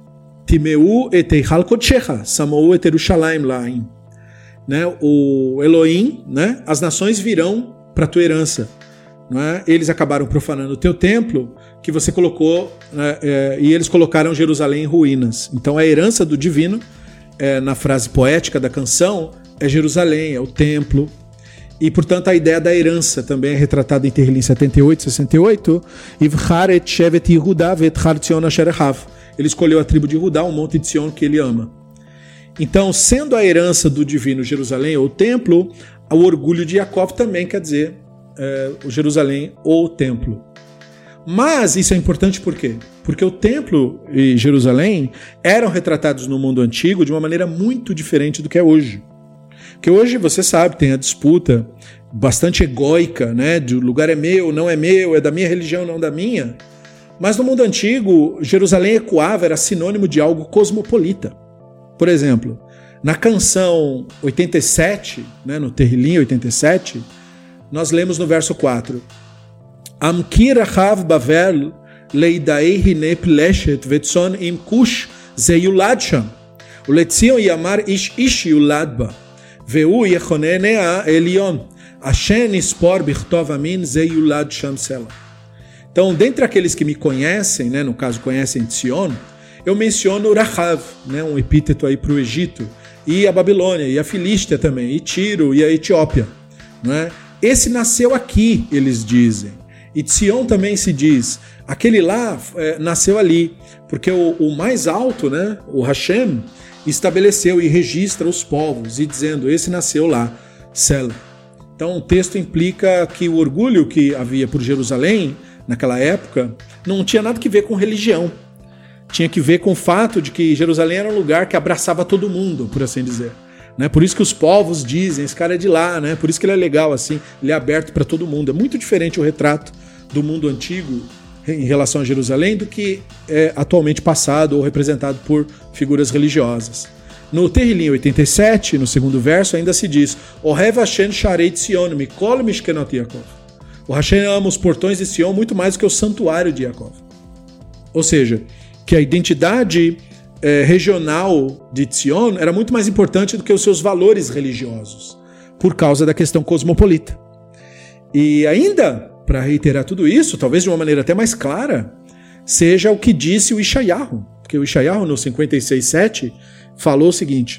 timeu et eichal kodshecha samou et Yerushalayim laim. Né? O Elohim, né? As nações virão para a tua herança. Não é? Eles acabaram profanando o teu templo que você colocou, né? é, e eles colocaram Jerusalém em ruínas. Então a herança do divino, é, na frase poética da canção, é Jerusalém, é o templo. E, portanto, a ideia da herança também é retratada em Terrilim setenta e oito, sessenta e oito. Ivchar et shevet Yehuda ve'etchar Tzion asher echav. Ele escolheu a tribo de Judá, um monte de Tzion que ele ama. Então, sendo a herança do divino Jerusalém ou o templo, o orgulho de Yaakov também quer dizer é, o Jerusalém ou o templo. Mas isso é importante por quê? Porque o templo e Jerusalém eram retratados no mundo antigo de uma maneira muito diferente do que é hoje. Porque hoje, você sabe, tem a disputa bastante egóica, né? De o lugar é meu, não é meu, é da minha religião, não da minha. Mas no mundo antigo, Jerusalém ecoava, era sinônimo de algo cosmopolita. Por exemplo, na canção oitenta e sete, né, no Terrilim oitenta e sete, nós lemos no verso quatro: Amkir achav bavel leidai hine pleshet vetson im kush ze yulad sham uletzion yamar ish ish yulad ba Veu yechonenea elion ashen ispor bichtov amin ze yulad sham sela. Então, dentre aqueles que me conhecem, né, no caso conhecem Tzion, eu menciono Rahav, né, um epíteto aí para o Egito, e a Babilônia, e a Filístia também, e Tiro, e a Etiópia. Né? Esse nasceu aqui, eles dizem. E Tzion também se diz, aquele lá é, nasceu ali, porque o, o mais alto, né, o Hashem, estabeleceu e registra os povos, e dizendo, esse nasceu lá, Sela. Então o texto implica que o orgulho que havia por Jerusalém, naquela época, não tinha nada que ver com religião. Tinha que ver com o fato de que Jerusalém era um lugar que abraçava todo mundo, por assim dizer. Né? Por isso que os povos dizem, esse cara é de lá, né? Por isso que ele é legal assim, ele é aberto para todo mundo. É muito diferente o retrato do mundo antigo em relação a Jerusalém do que é atualmente passado ou representado por figuras religiosas. No Terrilim oitenta e sete, no segundo verso, ainda se diz Ohev Hashem Sharei Tzion Mikol Mishkenot Yaakov. O Hashem ama os portões de Sion muito mais do que o santuário de Yaakov. Ou seja, que a identidade eh, regional de Tzion era muito mais importante do que os seus valores religiosos, por causa da questão cosmopolita. E ainda, para reiterar tudo isso, talvez de uma maneira até mais clara, seja o que disse o Ishayahu, porque o Ishayahu no cinquenta e seis, sete falou o seguinte: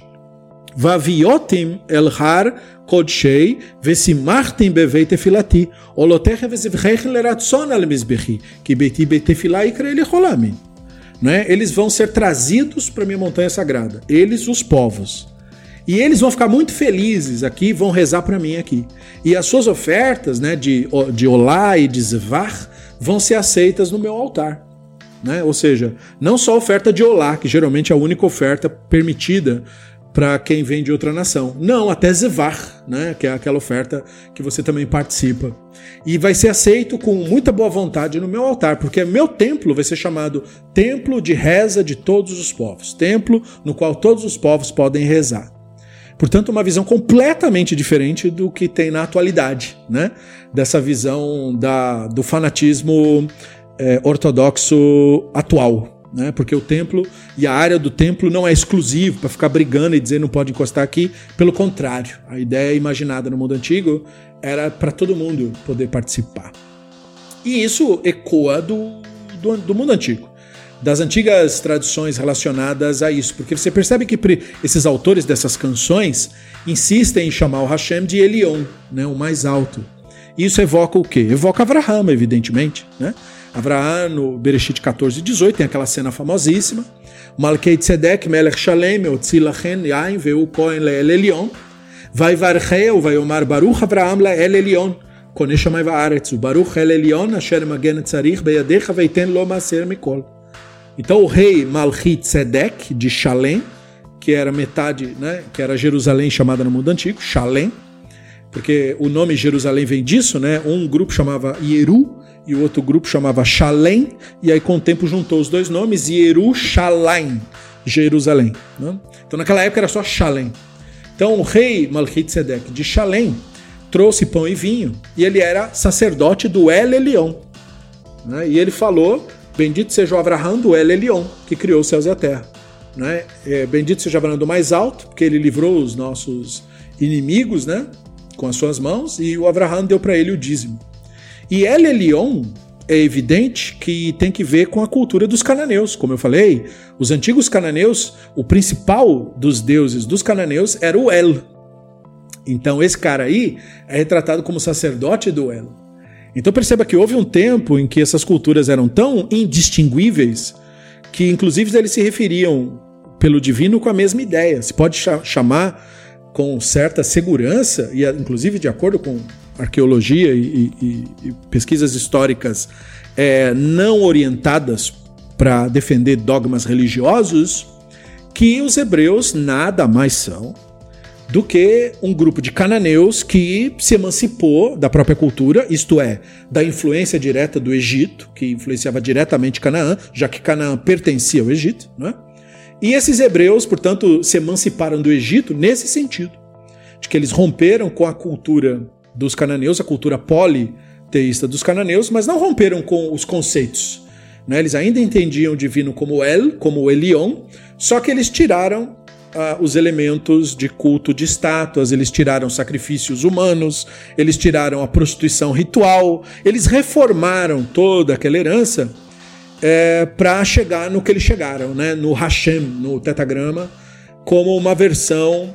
Vaviotim el har kodshei vesimachtim bevei tefilati olotecha vezivrechen leratzon al mizbechi ki beiti betefilai krei lecholami. Né? Eles vão ser trazidos para a minha montanha sagrada, eles, os povos. E eles vão ficar muito felizes aqui, vão rezar para mim aqui. E as suas ofertas, né, de, de olá e de zvar vão ser aceitas no meu altar. Né? Ou seja, não só a oferta de olá, que geralmente é a única oferta permitida para quem vem de outra nação. Não, até Zevar, né, que é aquela oferta que você também participa. E vai ser aceito com muita boa vontade no meu altar, porque meu templo vai ser chamado Templo de Reza de Todos os Povos. Templo no qual todos os povos podem rezar. Portanto, uma visão completamente diferente do que tem na atualidade, né? Dessa visão da, do fanatismo é, ortodoxo atual. Né? Porque o templo e a área do templo não é exclusivo para ficar brigando e dizer não pode encostar aqui. Pelo contrário, a ideia imaginada no mundo antigo era para todo mundo poder participar. E isso ecoa do, do, do mundo antigo, das antigas tradições relacionadas a isso. Porque você percebe que esses autores dessas canções insistem em chamar o Hashem de Elion, né? O mais alto. E isso evoca o quê? Evoca Avraham, evidentemente, né? Avraham, no Bereshit catorze, dezoito, tem aquela cena famosíssima. Malkei Tzedek, Melech Shalem, Otzi Lachen, Yain, Veu Kohen Le'el Elion, Vai Varcheu, Vai Omar Baruch Avraham Le'el Elion, Konei Shamai Va'aretz, Baruch El Elion, Asher Magen Tzarich, Beyadecha, Veiten Lo Maser Mikol. Então o rei Malchi Tzedek, de Shalem, que era metade, né, que era Jerusalém chamada no mundo antigo, Shalem, porque o nome Jerusalém vem disso, né? Um grupo chamava Yeru, e o outro grupo chamava Shalem, e aí com o tempo juntou os dois nomes, Yerushalayim, Jerusalém. Né? Então naquela época era só Shalem. Então o rei Malchi Tzedek de Shalem trouxe pão e vinho, e ele era sacerdote do El Elion. Né? E ele falou, bendito seja o Avraham do El Elion, que criou os céus e a terra. Né? É, bendito seja o Avraham do mais alto, porque ele livrou os nossos inimigos, né, com as suas mãos, e o Avraham deu para ele o dízimo. E El Elion é evidente que tem que ver com a cultura dos cananeus. Como eu falei, os antigos cananeus, o principal dos deuses dos cananeus era o El. Então esse cara aí é retratado como sacerdote do El. Então perceba que houve um tempo em que essas culturas eram tão indistinguíveis que inclusive eles se referiam pelo divino com a mesma ideia. Se pode chamar com certa segurança, e inclusive de acordo com arqueologia e, e, e pesquisas históricas é, não orientadas para defender dogmas religiosos, que os hebreus nada mais são do que um grupo de cananeus que se emancipou da própria cultura, isto é, da influência direta do Egito, que influenciava diretamente Canaã, já que Canaã pertencia ao Egito, né? E esses hebreus, portanto, se emanciparam do Egito nesse sentido, de que eles romperam com a cultura dos cananeus, a cultura politeísta dos cananeus, mas não romperam com os conceitos. Né? Eles ainda entendiam o divino como El, como o Elion, só que eles tiraram uh, os elementos de culto de estátuas, eles tiraram sacrifícios humanos, eles tiraram a prostituição ritual, eles reformaram toda aquela herança é, para chegar no que eles chegaram, né? No Hashem, no tetagrama, como uma versão,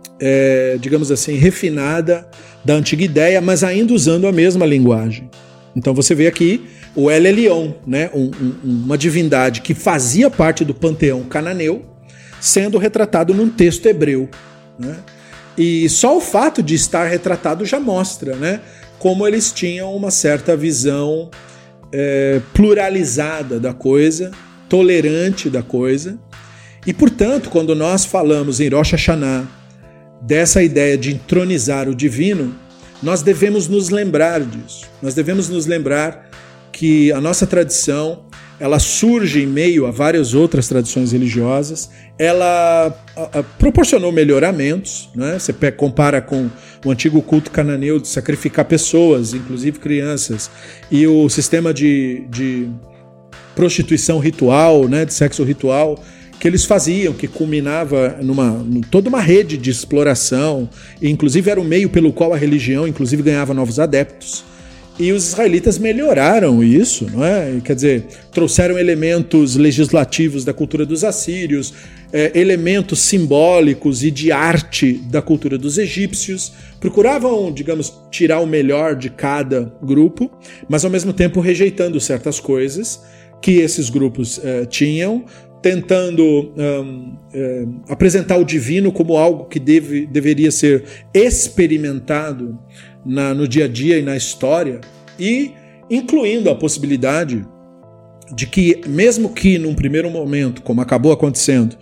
é, digamos assim, refinada da antiga ideia, mas ainda usando a mesma linguagem. Então você vê aqui o El Elyon, né? um, um, uma divindade que fazia parte do panteão cananeu, sendo retratado num texto hebreu, né? E só o fato de estar retratado já mostra, né, como eles tinham uma certa visão é, pluralizada da coisa, tolerante da coisa. E, portanto, quando nós falamos em Rosh Hashanah dessa ideia de entronizar o divino, nós devemos nos lembrar disso. Nós devemos nos lembrar que a nossa tradição, ela surge em meio a várias outras tradições religiosas, ela a, a, proporcionou melhoramentos, né? Você compara com o antigo culto cananeu de sacrificar pessoas, inclusive crianças, e o sistema de, de prostituição ritual, né? De sexo ritual, que eles faziam, que culminava numa toda uma rede de exploração, e inclusive era o meio pelo qual a religião inclusive ganhava novos adeptos. E os israelitas melhoraram isso, não é? Quer dizer, trouxeram elementos legislativos da cultura dos assírios, é, elementos simbólicos e de arte da cultura dos egípcios, procuravam, digamos, tirar o melhor de cada grupo, mas ao mesmo tempo rejeitando certas coisas que esses grupos é, tinham, tentando um, é, apresentar o divino como algo que deve, deveria ser experimentado Na, no dia a dia e na história, e incluindo a possibilidade de que, mesmo que num primeiro momento, como acabou acontecendo,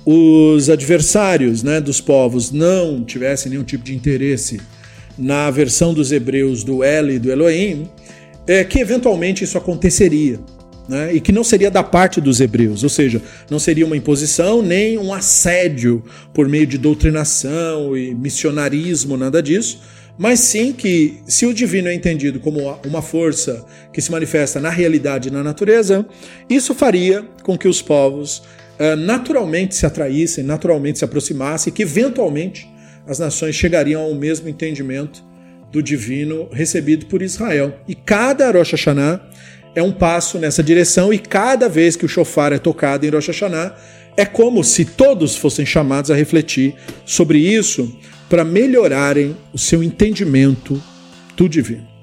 os adversários, né, dos povos não tivessem nenhum tipo de interesse na versão dos hebreus do El e do Elohim, é que eventualmente isso aconteceria, né, e que não seria da parte dos hebreus, ou seja, não seria uma imposição nem um assédio por meio de doutrinação e missionarismo, nada disso, mas sim que, se o divino é entendido como uma força que se manifesta na realidade e na natureza, isso faria com que os povos uh, naturalmente se atraíssem, naturalmente se aproximassem, e que eventualmente as nações chegariam ao mesmo entendimento do divino recebido por Israel. E cada Rosh Hashanah é um passo nessa direção, e cada vez que o shofar é tocado em Rosh Hashanah, é como se todos fossem chamados a refletir sobre isso, para melhorarem o seu entendimento do divino.